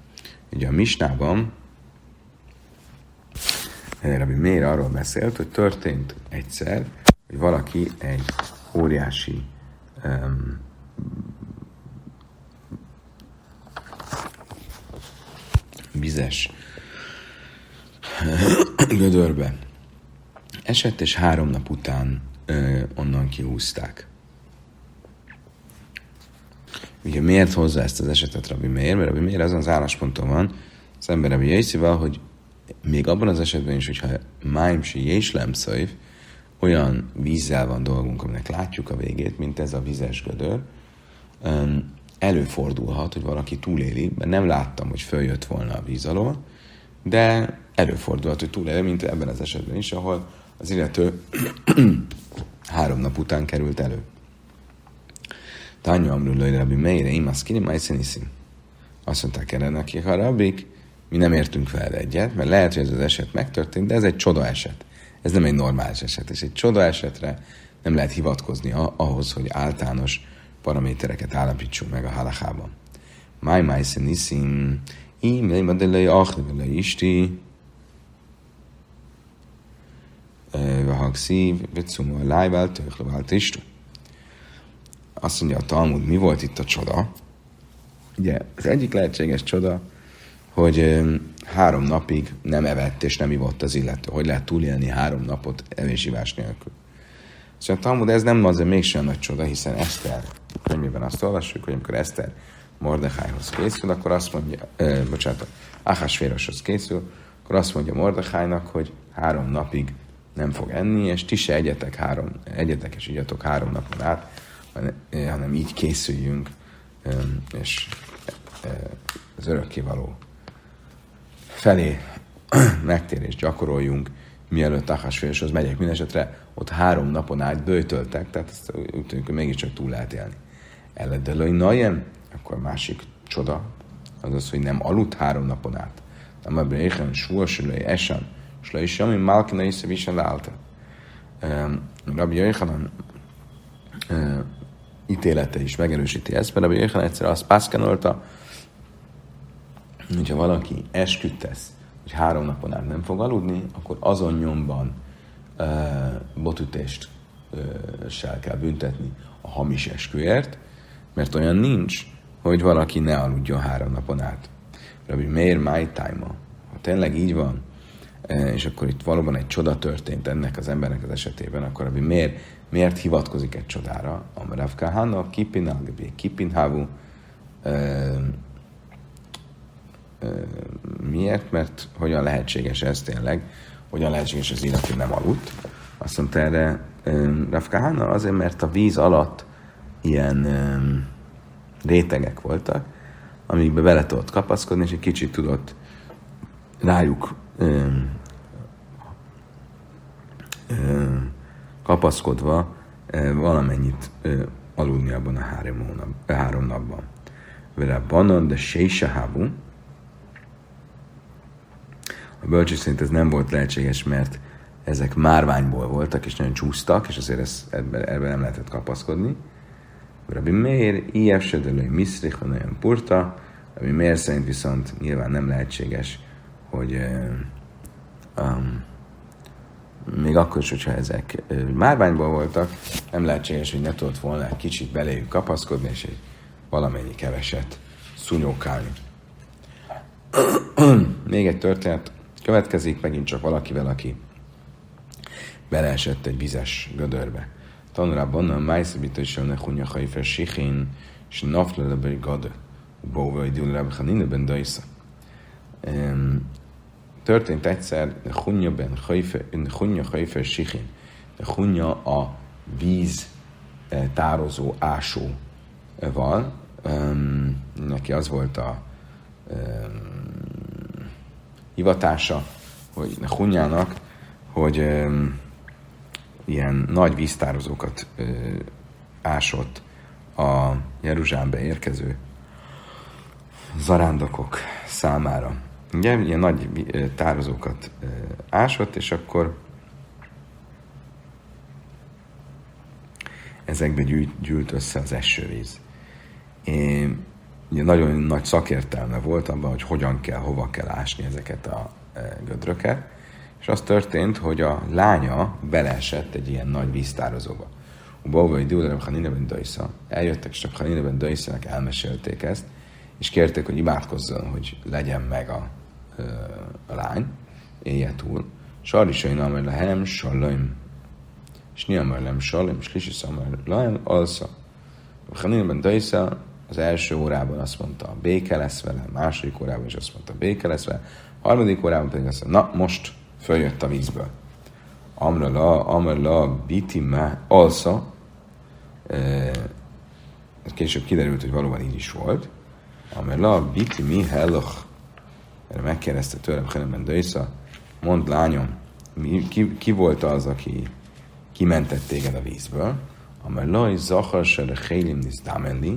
Ugye a Misnában Rabbi Meir arról beszélt, hogy történt egyszer, hogy valaki egy óriási vizes gödörbe esett, és 3 nap után onnan kihúzták. Ugye miért hozza ezt az esetet Rabbi Meir? Mert Rabbi Meir azon az állásponton van szemben Rabbi Jészivel, hogy még abban az esetben is, hogyha májmsi jéslem szöjv, olyan vízzel van dolgunk, aminek látjuk a végét, mint ez a vizes gödör, előfordulhat, hogy valaki túléli, mert nem láttam, hogy följött volna a víz alól, de előfordulhat, hogy túléli, mint ebben az esetben is, ahol az illető 3 nap után került elő. Tanya amrulai Rabbi Meire, imaszkini majszeniszim. Azt mondták erre nekik a rabbik, mi nem értünk fel egyet, mert lehet, hogy ez az eset megtörtént, de ez egy csoda eset. Ez nem egy normális eset, és egy csoda esetre nem lehet hivatkozni ahhoz, hogy általános paramétereket állapítsunk meg a halachában. Máj majszeniszim, im leimadelei achlevelei isti, vahagszív, vecumó a lájvál, töklevált istu. Azt mondja a Talmud, mi volt itt a csoda? Ugye, az egyik lehetséges csoda, hogy 3 napig nem evett és nem ivott az illető. Hogy lehet túlélni 3 napot evés-ivás nélkül? Szóval a Talmud, ez nem azért mégsem nagy csoda, hiszen Eszter könyvében azt olvassuk, hogy amikor Eszter Mordechájhoz készül, akkor azt mondja, Ahasvéroshoz készül, akkor azt mondja Mordechájnak, hogy 3 napig nem fog enni, és ti se egyetek és igyatok 3 napon át, hanem így készüljünk, és az örökkévaló felé megtérést gyakoroljunk, mielőtt Ahasvéroshoz megyek. Mindenesetre ott 3 napon át böjtöltek, tehát ezt úgy tűnik, hogy mégiscsak túl lehet élni. Eledelői najem, akkor másik csoda, az az, hogy nem aludt 3 napon át. Nem a bréhen, súlyosulai, esen, és le is semmi, málkina észrevisen leállta. Rabbi Yochanan ítélete is megerősíti ezt, mert Rabbi Yochanan egyszer azt pászkánolta, hogyha valaki esküt tesz, hogy 3 napon át nem fog aludni, akkor azon nyomban botütést kell büntetni a hamis esküért, mert olyan nincs, hogy valaki ne aludjon 3 napon át. Rabbi Meir májtájma, ha tényleg így van, és akkor itt valóban egy csoda történt ennek az embernek az esetében, akkor Rabbi Meir miért hivatkozik egy csodára? Amarav Kahana, kipin algebé, kipin havu. Miért? Mert hogyan lehetséges ez tényleg? Hogyan lehetséges az illető nem aludt? Azt mondta erre Rav Kahana, azért, mert a víz alatt ilyen rétegek voltak, amikbe bele tudott kapaszkodni, és egy kicsit tudott rájuk kapaszkodva valamennyit aludni abban a 3 napban. Vele banan, de sejsehábú. A bölcsök szerint ez nem volt lehetséges, mert ezek márványból voltak, és nagyon csúsztak, és azért ebben nem lehetett kapaszkodni. Rabbi Meir, ilyes södölői miszrich, olyan purta. Rabbi Meir szerint viszont nyilván nem lehetséges, hogy még akkor is, hogyha ezek márványból voltak, nem lehetséges, hogy ne tudott volna egy kicsit beléjük kapaszkodni, és egy valamennyi keveset szúnyókálni. Még egy történet következik, megint csak valakivel, aki beleesett egy vizes gödörbe. Tanulában a májszabita is jönnek hunya hajfer sichén, és naflelebei gade, bóvai dülrebe hanineben dajsza. Történt egyszer hunya hajfer sichén. Hunya a víz tározó ásóval. Neki az volt a hivatása, hogy Hunyának, hogy ilyen nagy víztározókat ásott a Jeruzsálembe érkező zarándokok számára. Ugye, ilyen nagy tározókat ásott, és akkor ezekbe gyűlt össze az esővíz. ugye nagyon nagy szakértelme volt abban, hogy hogyan kell, hova kell ásni ezeket a gödröket, és az történt, hogy a lánya beleesett egy ilyen nagy víztározóba. Bóvai Dúlerem Hanina Daisza. Eljöttek, és csak Hanina Daiszának elmesélték ezt, és kérték, hogy imádkozzon, hogy legyen meg a lány, élje túl. Sarrisain amar lehem, sallaim. És ni amar lehem, sallaim, és lisis amar lehem, alsza. Hanina Daisza az első órában azt mondta, béke lesz vele, a második órában is azt mondta, béke lesz vele, a harmadik órában pedig azt mondta, na, most följött a vízből. Amrla, biti me, alsza. Később kiderült, hogy valóban így is volt. Amrla, biti mi helloch. Erre megkérdezte tőlem Hanina Daisza, mondd lányom, ki volt az, aki kimentett téged a vízből? Amrla, zachar se le hélim nisz dámenli,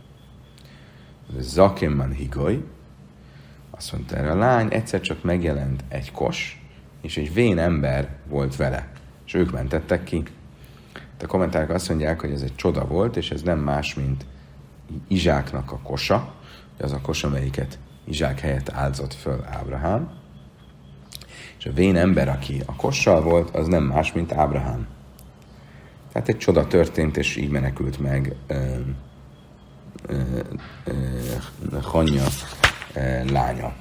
zakem man higoly. Azt mondta erre a lány, egyszer csak megjelent egy kos, és egy vén ember volt vele, és ők mentettek ki. A kommentárok azt mondják, hogy ez egy csoda volt, és ez nem más, mint Izsáknak a kosa, az a kos, amelyiket Izsák helyett áldozott föl Ábrahám. És a vén ember, aki a kossal volt, az nem más, mint Ábrahám. Tehát egy csoda történt, és így menekült meg Hanya lánya.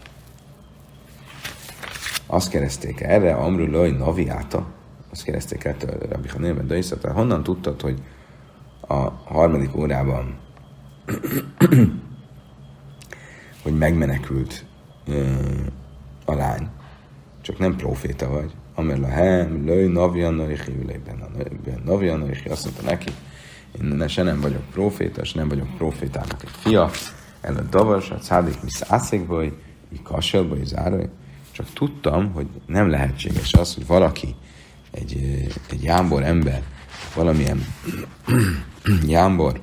Azt kérdezték erre, Amrulaj Naviáta, azt kérdezték el tőle Rabbi Hanina ben Daisza, tehát honnan tudtad, hogy a harmadik órában hogy megmenekült a lány, csak nem próféta vagy. Amrulaj Lahem, Laj Navianaichi, Navianaichi, azt mondta neki, én se nem vagyok próféta, és nem vagyok prófétának egy fia, el a davas, a cádik misz ászékbaj, így kasselbaj, záraj. Csak tudtam, hogy nem lehetséges az, hogy valaki, egy jámbor ember, valamilyen jámbor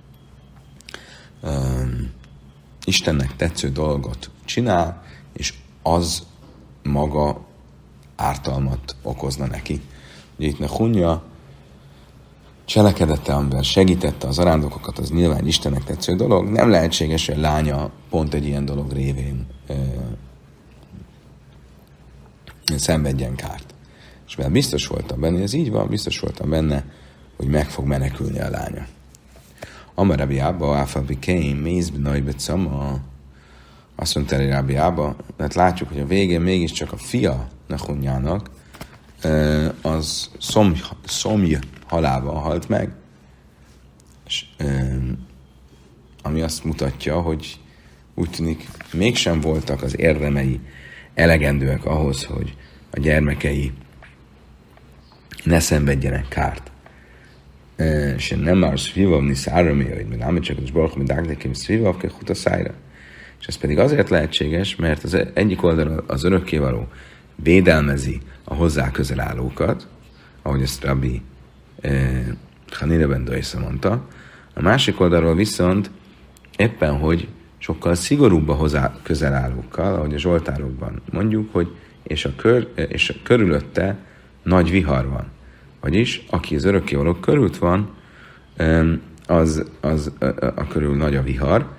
Istennek tetsző dolgot csinál, és az maga ártalmat okozna neki. Ugye itt Nehumja cselekedette, amivel segítette az arándokokat, az nyilván Istennek tetsző dolog. Nem lehetséges, hogy a lánya pont egy ilyen dolog révén szenvedjen kárt. És mivel biztos voltam benne, ez így van, biztos voltam benne, hogy meg fog menekülni a lánya. Amar Rabbi Abba, Áfabi Keim, Mézbe Nagybet Szama, azt mondta el Rabbi Abba, hát látjuk, hogy a végén mégiscsak a fia Nehumjának az szomj halálban halt meg, és ami azt mutatja, hogy úgy tűnik, mégsem voltak az érdemei elegendőek ahhoz, hogy a gyermekei ne szenvedjenek kárt. És nem már szvívavni szárramia, hogy meg nem csak az barkom, hogy dágdekim szvívav, kell hut a szájra. És ez pedig azért lehetséges, mert az egyik oldalon az örökkévaló védelmezi a hozzá közel állókat, ahogy ezt Rabbi Hanina ben Daisza mondta. A másik oldalról viszont éppen, hogy sokkal szigorúbb a hozzá közel állókkal, ahogy a Zsoltárokban mondjuk, hogy és körülötte nagy vihar van. Vagyis, aki az örökkévaló körült van, az a körül nagy a vihar,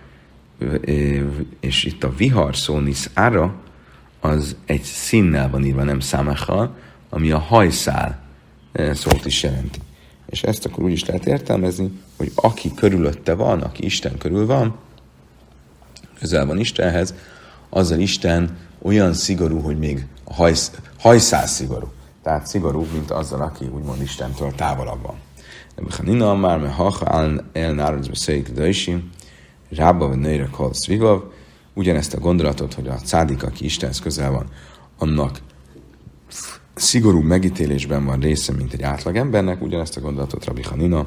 és itt a vihar szó niszára, az egy színnel van írva, nem számechal, ami a hajszál szót is jelenti. És ezt akkor úgy is lehet értelmezni, hogy aki körülötte van, aki Isten körül van, közel van Istenhez, azzal Isten olyan szigorú, hogy még a hajszál szigorú. Tehát szigorú, mint azzal, aki úgymond Istentől távolabb van. Hanina már, mert hacha el náradzba széjt daisim, rába vagy nőre kol szvivav, ugyanezt a gondolatot, hogy a cádik, aki Istenhez közel van, annak szigorú megítélésben van része, mint egy átlag embernek, ugyanezt a gondolatot Rabbi Hanina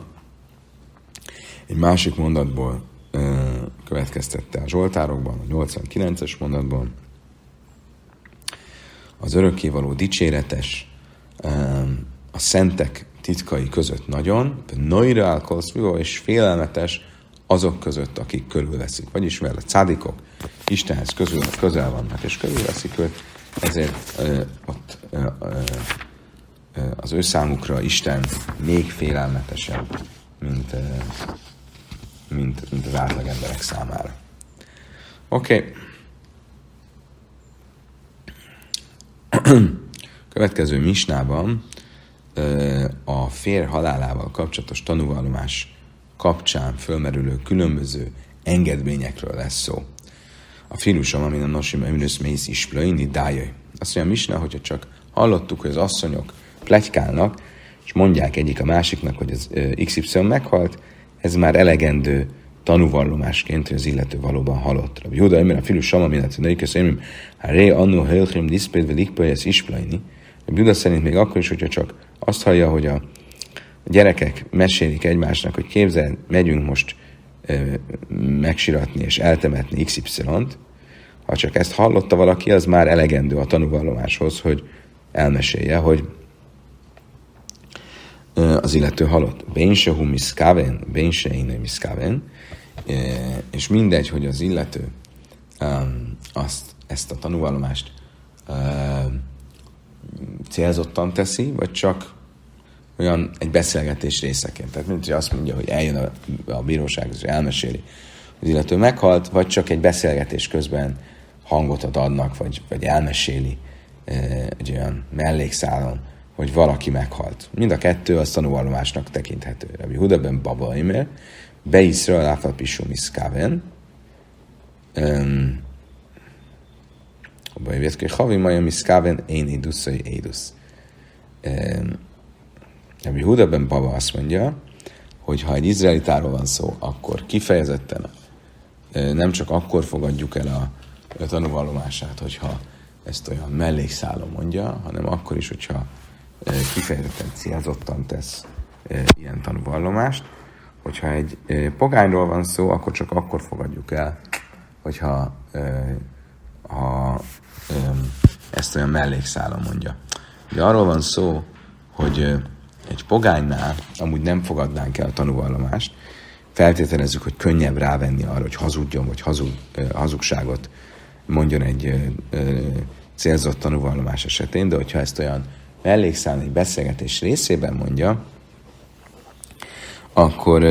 egy másik mondatból következtette a Zsoltárokban, a 89-es mondatban. Az örökkévaló dicséretes, a szentek titkai között nagyon, noira alkoholszviva, és félelmetes azok között, akik körülveszik. Vagyis mivel a cádikok Istenhez közel vannak, és körülveszik őt, ezért ott az ő számukra Isten még félelmetesebb, mint az átlag emberek számára. Oké. Következő misnában a férj halálával kapcsolatos tanúvallomás kapcsán fölmerülő különböző engedményekről lesz szó. A filusom, amin a nosim emlősz mész isplőini dájai. Azt mondja a misna, hogyha csak hallottuk, hogy az asszonyok pletykálnak, és mondják egyik a másiknak, hogy az XY meghalt, ez már elegendő tanúvallomásként, hogy az illető valóban halott. Rabbi Júda, én a filusom, amin a női köszönöm, ha ré annó hölchim diszpéd, vagy ikpőjesz isplőini. Rabbi Júda szerint még akkor is, hogyha csak azt hallja, hogy a gyerekek mesélik egymásnak, hogy képzeld, megyünk most megsiratni és eltemetni XY-t, ha csak ezt hallotta valaki, az már elegendő a tanúvallomáshoz, hogy elmesélje, hogy az illető halott. Bénsehu miszkáven, bénseinő miszkáven, és mindegy, hogy az illető ezt a tanúvallomást célzottan teszi, vagy csak olyan egy beszélgetés részeként. Tehát mint hogy azt mondja, hogy eljön a bírósághoz, és elmeséli, az illető meghalt, vagy csak egy beszélgetés közben hangot ad adnak, vagy elmeséli egy olyan mellékszálon, hogy valaki meghalt. Mind a kettő az tanúvallomásnak tekinthető. Rabbi Huda ben Baba Imer, Beisrael áfal pisú miszkáven, Bajvétké havi maja miszkáven, én éduszai édusz. Rabbi Huda ben Baba azt mondja, hogy ha egy izraelitáról van szó, akkor kifejezetten nem csak akkor fogadjuk el a tanúvallomását, hogyha ezt olyan mellékszálon mondja, hanem akkor is, hogyha kifejezetten célzottan tesz ilyen tanúvallomást. Hogyha egy pogányról van szó, akkor csak akkor fogadjuk el, hogyha ezt olyan mellékszálon mondja. De arról van szó, hogy egy pogánynál amúgy nem fogadnánk el a tanúvallomást, feltételezzük, hogy könnyebb rávenni arra, hogy hazudjon, vagy hazugságot mondjon egy célzott tanúvallomás esetén, de hogyha ezt olyan mellékszálon egy beszélgetés részében mondja, akkor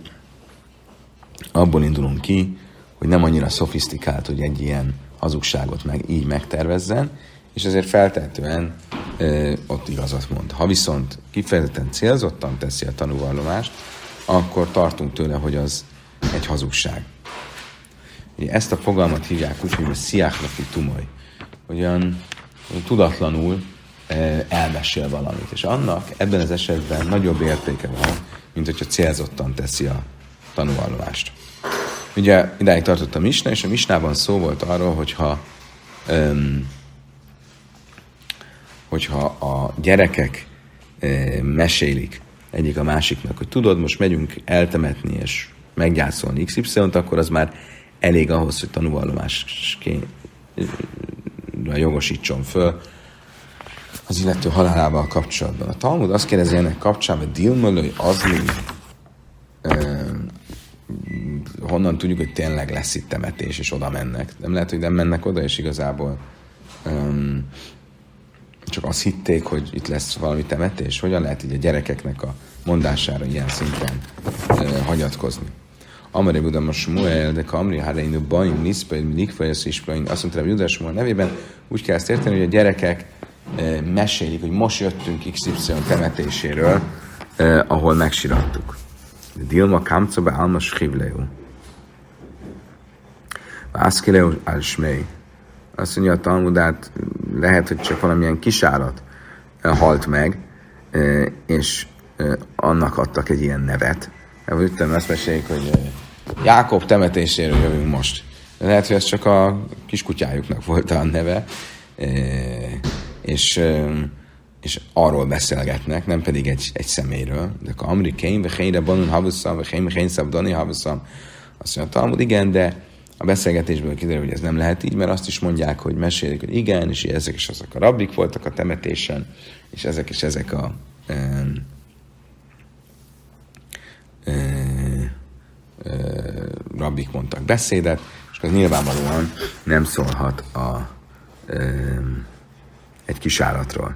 abból indulunk ki, hogy nem annyira szofisztikált, hogy egy ilyen hazugságot így megtervezzen, és ezért feltehetően ott igazat mond. Ha viszont kifejezetten célzottan teszi a tanúvallomást, akkor tartunk tőle, hogy az egy hazugság. Ugye ezt a fogalmat hívják úgy, hogy a sziáhlafi tumoly, olyan tudatlanul elmesél valamit, és annak ebben az esetben nagyobb értéke van, mint hogyha célzottan teszi a tanúvallomást. Ugye idáig tartott a misna, és a misnában szó volt arról, hogyha a gyerekek mesélik egyik a másiknak, hogy tudod, most megyünk eltemetni és meggyászolni XY-t, akkor az már elég ahhoz, hogy tanúvallomásként jogosítson föl az illető halálával kapcsolatban. A Talmud azt kérdezi ennek kapcsán, hogy Dilmölői azli, honnan tudjuk, hogy tényleg lesz itt temetés, és oda mennek. Nem lehet, hogy nem mennek oda, és igazából csak azt hitték, hogy itt lesz valami temetés. Hogyan lehet így a gyerekeknek a mondására ilyen szinten hagyatkozni? Amari Buda Smuel, de Kamri Hareinu Baim Niszpain, Nikfajasz Ispain, azt mondta, hogy Buda Smuel nevében úgy kell ezt érteni, hogy a gyerekek mesélik, hogy most jöttünk XY temetéséről, ahol megsirattuk. Dilma Kamcobe Almas Hivleu. Vászkileu Alsmei. Azt mondja a Talmudát, lehet, hogy csak valamilyen kisállat halt meg, és annak adtak egy ilyen nevet. Utána azt meséljék, hogy Jákob temetéséről jövünk most. Lehet, hogy ez csak a kiskutyájuknak volt a neve, és arról beszélgetnek, nem pedig egy személyről. De ha Amrikein, vagy Hényre Banun Havuszam, vagy Hényre Szabdani Havuszam, azt mondja a Talmud, igen, de a beszélgetésből kiderül, hogy ez nem lehet így, mert azt is mondják, hogy mesélik, hogy igen, és ezek és azok a rabbik voltak a temetésen, és ezek a rabbik mondtak beszédet, és az nyilvánvalóan nem szólhat egy kis állatról.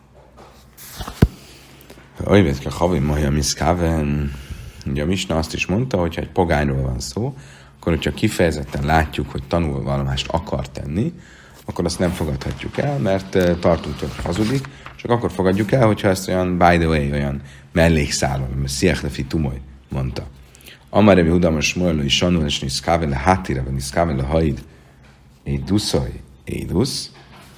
Olyan, hogy Havi Maja Miszkáven, ugye a Misna azt is mondta, hogyha egy pogányról van szó, akkor hogyha kifejezetten látjuk, hogy tanulvallomást akar tenni, akkor azt nem fogadhatjuk el, mert tartunk tőle hazudik, csak akkor fogadjuk el, hogyha ezt olyan by the way, olyan mellékszálon, mert Sziechlefi Tumoly mondta. Amarevi Hudamas Mollói Sanul és Niszkávele Hátire, vagy Niszkávele Haid Éduszaj Édusz.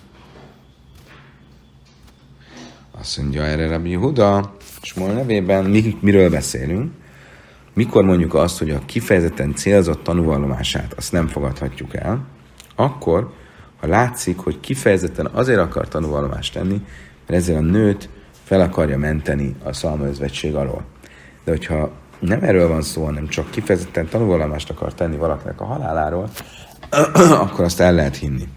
Azt mondja erre Rabbi Huda, Smol nevében, miről beszélünk? Mikor mondjuk azt, hogy a kifejezetten célzott tanúvallomását azt nem fogadhatjuk el, akkor, ha látszik, hogy kifejezetten azért akar tanúvallomást tenni, mert ezzel a nőt fel akarja menteni a szalmaözvetség alól. De hogyha nem erről van szó, hanem csak kifejezetten tanúvallomást akar tenni valakinek a haláláról, akkor azt el lehet hinni.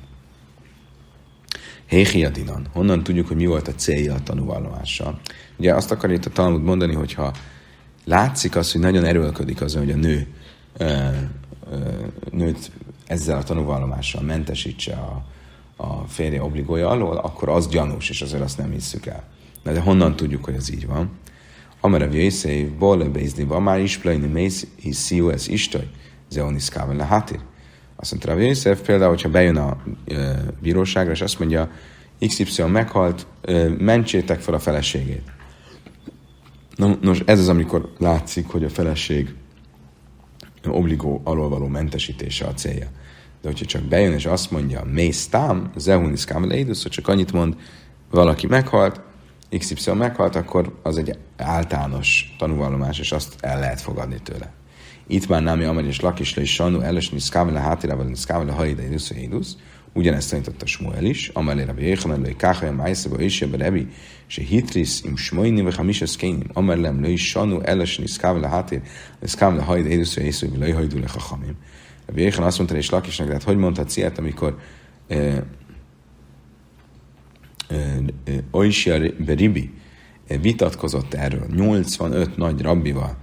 Héhiadinan. Honnan tudjuk, hogy mi volt a célja a tanúvallomással? Ugye azt akarja itt a Talmud mondani, hogyha látszik az, hogy nagyon erőlködik azon, hogy a nőt ezzel a tanúvallomással mentesítse a férje obligója alól, akkor az gyanús, és azért azt nem hisszük el. De honnan tudjuk, hogy ez így van? Amarav Jöjszév, Bolle Bézni, van már isplajni mész, hisz ez istaj, zeoniszkával le hátir. Azt mondta, Rav Jöjszév például, hogyha bejön a bíróságra, és azt mondja, XY meghalt, mentsétek fel a feleségét. Nos, ez az, amikor látszik, hogy a feleség obligó alól való mentesítése a célja. De hogyha csak bejön és azt mondja, mész tám, zehuniszkám leidus, hogy csak annyit mond, valaki meghalt, XY meghalt, akkor az egy általános tanúvallomás, és azt el lehet fogadni tőle. Itt már námi Amar és Lakisle és Sanu, elesniszkám le hátirával, niszkám le haideidus, ugyanezt tanította Smuel is, Amalé Rabbi Jéchanan, lőj káhajam, májszaba, isjebe Rebi, se hitris, im smojnim, ve hamishes kénim, Amalem, lőj Sanu, elesniszkám le hátir, niszkám le haideidus, lőj hajdu le chachamim. Rabbi Jéchanan azt mondta, és Lakisnak, de hát hogy mondhatsz ilyet, amikor Oishia Beribi vitatkozott erről 85 nagy rabbival,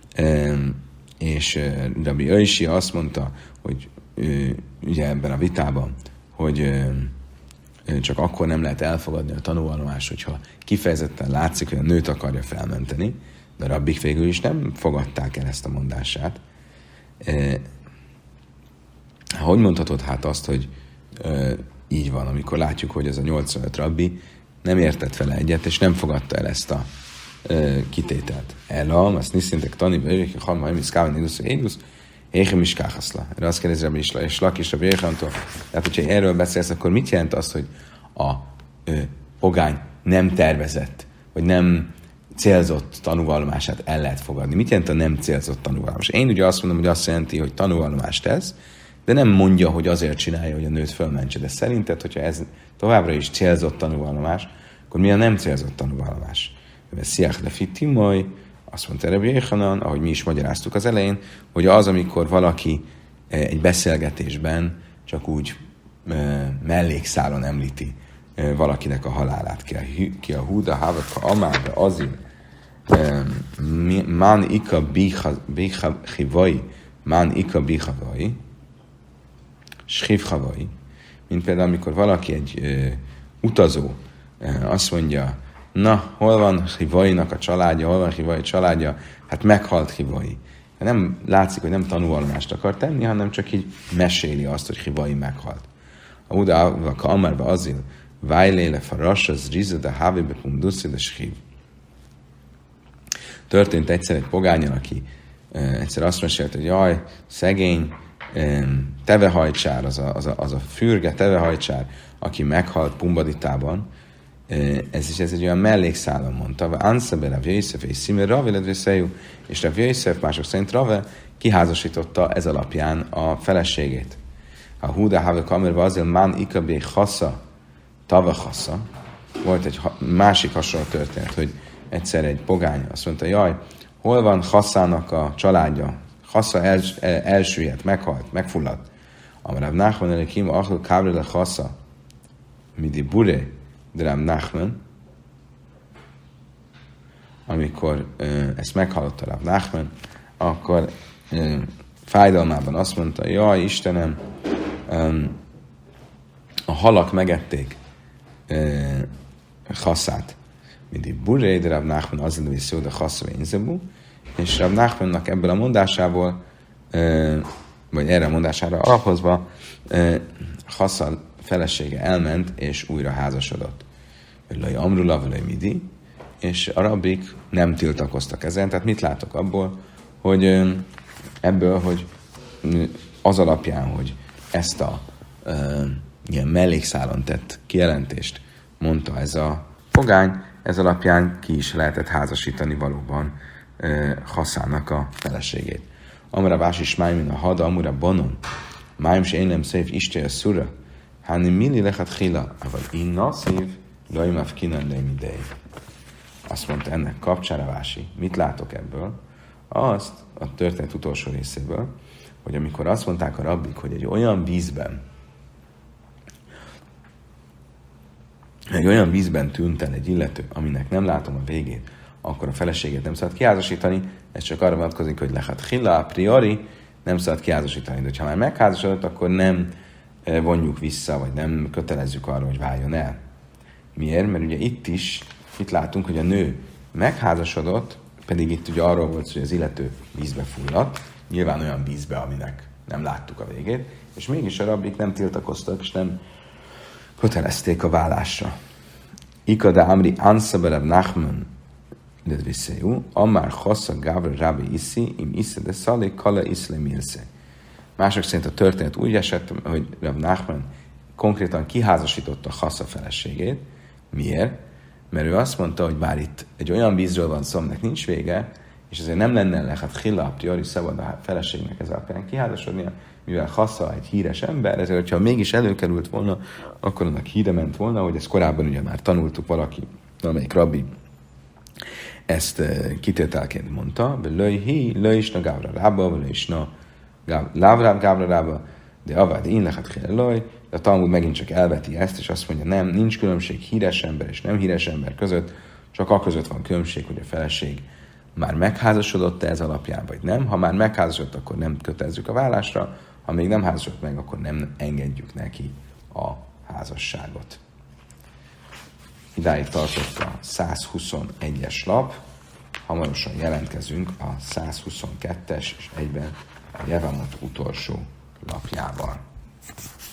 és Rabbi Oishia azt mondta, hogy ugye ebben a vitában, hogy csak akkor nem lehet elfogadni a tanúvallomást, hogyha kifejezetten látszik, hogy a nőt akarja felmenteni, de a rabbik végül is nem fogadták el ezt a mondását. Hogy mondhatod hát azt, hogy így van, amikor látjuk, hogy ez a 85 rabbi nem értett vele egyet, és nem fogadta el ezt a kitételt. Elam, azt niszintek tani, vagy ha majd miszkában édusz, Échem is káhaszla. Erre azt kérdezi Rabbi és Lakis Rabbi Jéchantól. Tehát, hogyha erről beszélsz, akkor mit jelent az, hogy a pogány nem tervezett, vagy nem célzott tanúvallomását el lehet fogadni? Mit jelent a nem célzott tanúvallomás? Én ugye azt mondom, hogy azt jelenti, hogy tanúvallomást tesz, de nem mondja, hogy azért csinálja, hogy a nőt fölmentse. De szerinted, hogyha ez továbbra is célzott tanúvallomás, akkor mi a nem célzott tanúvallomás? Sziach lefi Timoly, azt mondta Rabbi Jéchanan, ahogy mi is magyaráztuk az elején, hogy az, amikor valaki egy beszélgetésben csak úgy mellékszálon említi valakinek a halálát. Ki a húda, hávaka, amára, azért, man ika bicha chivai, man ika bicha vai, Schivhavai, mint például, amikor valaki egy utazó azt mondja, na, hol van Hivainak a családja, hol van Hivai családja, hát meghalt Hivai. Nem látszik, hogy nem tanúvallomást akar tenni, hanem csak így meséli azt, hogy Hivai meghalt. A Uda Amarba azil, Vájléle Faras, az Riza, de Hávébe Punduszi, de Shiv. Történt egyszer egy pogányon, aki egyszer azt mesélt, hogy jaj, szegény, tevehajcsár, az a fürge tevehajcsár, aki meghalt Pumbaditában, ez egy olyan mellékszálon mondta, Anszebe Rav Jöjszef és Szimir Rave ledvészejú, és Rav Jöjszef mások szerint Rave kiházasította ez alapján a feleségét. A Húda Have Kamerba azért man ikabé chassa, tave chassa. Volt egy másik hasonló történet, hogy egyszer egy pogány azt mondta, jaj, hol van Chassának a családja? Chassa elsüllyedt, meghalt, megfulladt. Amarav Nachman elikim, achul kábrele Chassa, midi bure, de Rav Nachman, amikor ezt meghallotta Rav Nachman, akkor fájdalmában azt mondta, jaj, Istenem, a halak megették Chasszát. Mindig buré, de Rav Nachman azért vissza, de Chassa vényzebú, és Rav Nachmannak ebből a mondásából vagy erre a mondására alapozva Hassa felesége elment, és újra házasodott. Vagy Amrula, vagy Midi, és a rabbik nem tiltakoztak ezen. Tehát mit látok abból, hogy ebből, hogy az alapján, hogy ezt a ilyen mellékszálon tett kijelentést mondta ez a pogány, ez alapján ki is lehetett házasítani valóban Hasszának a feleségét. Amara vásis májmin a hada, amura banom, májm se én nem szév istél szura, háni milli lechat hila, vagy inna szív, lajmav kinan lemidei. Azt mondta ennek kapcsán a vási. Mit látok ebből? Azt a történet utolsó részéből, hogy amikor azt mondták a rabbik, hogy egy olyan vízben tűnt el egy illető, aminek nem látom a végét, akkor a feleségét nem szabad kiházasítani, ez csak arra vonatkozik, hogy lehet hilla a priori, nem szabad kiházasítani. De ha már megházasodott, akkor nem vonjuk vissza, vagy nem kötelezzük arra, hogy váljon el. Miért? Mert ugye itt látunk, hogy a nő megházasodott, pedig itt ugye arról volt, hogy az illető vízbe fulladt, nyilván olyan vízbe, aminek nem láttuk a végét, és mégis a rabbik nem tiltakoztak, és nem kötelezték a vállásra. Ikada Amri Ansabelev Nachman Ledviseju, Amár Hassa Gavra Rabbi Iszi, Im Isse de Szali Kala Iszle Milsze. Mások szerint a történet úgy esett, hogy Rav Nachman konkrétan kiházasította Hassa feleségét. Miért? Mert ő azt mondta, hogy bár itt egy olyan vízről van szó, aminek nincs vége, és ezért nem lenne lehet hilla a priori szabad a feleségnek ez alapján kiházasodnia, mivel Hassa egy híres ember, ezért, ha mégis előkerült volna, akkor annak híre ment volna, hogy ezt korábban ugye már tanultuk valaki, valamelyik rabbi ezt kitételként mondta, löjisna gávra rába, löjisna gávra rába, de avád én lehet hillelaj, de a Talmud megint csak elveti ezt, és azt mondja, nem, nincs különbség híres ember és nem híres ember között, csak a között van különbség, hogy a feleség már megházasodott-e ez alapján, vagy nem. Ha már megházasodott, akkor nem kötelezzük a vállásra, ha még nem házasodott meg, akkor nem engedjük neki a házasságot. Idáig tartott a 121-es lap, hamarosan jelentkezünk a 122-es és egyben a Jevamot utolsó lapjával.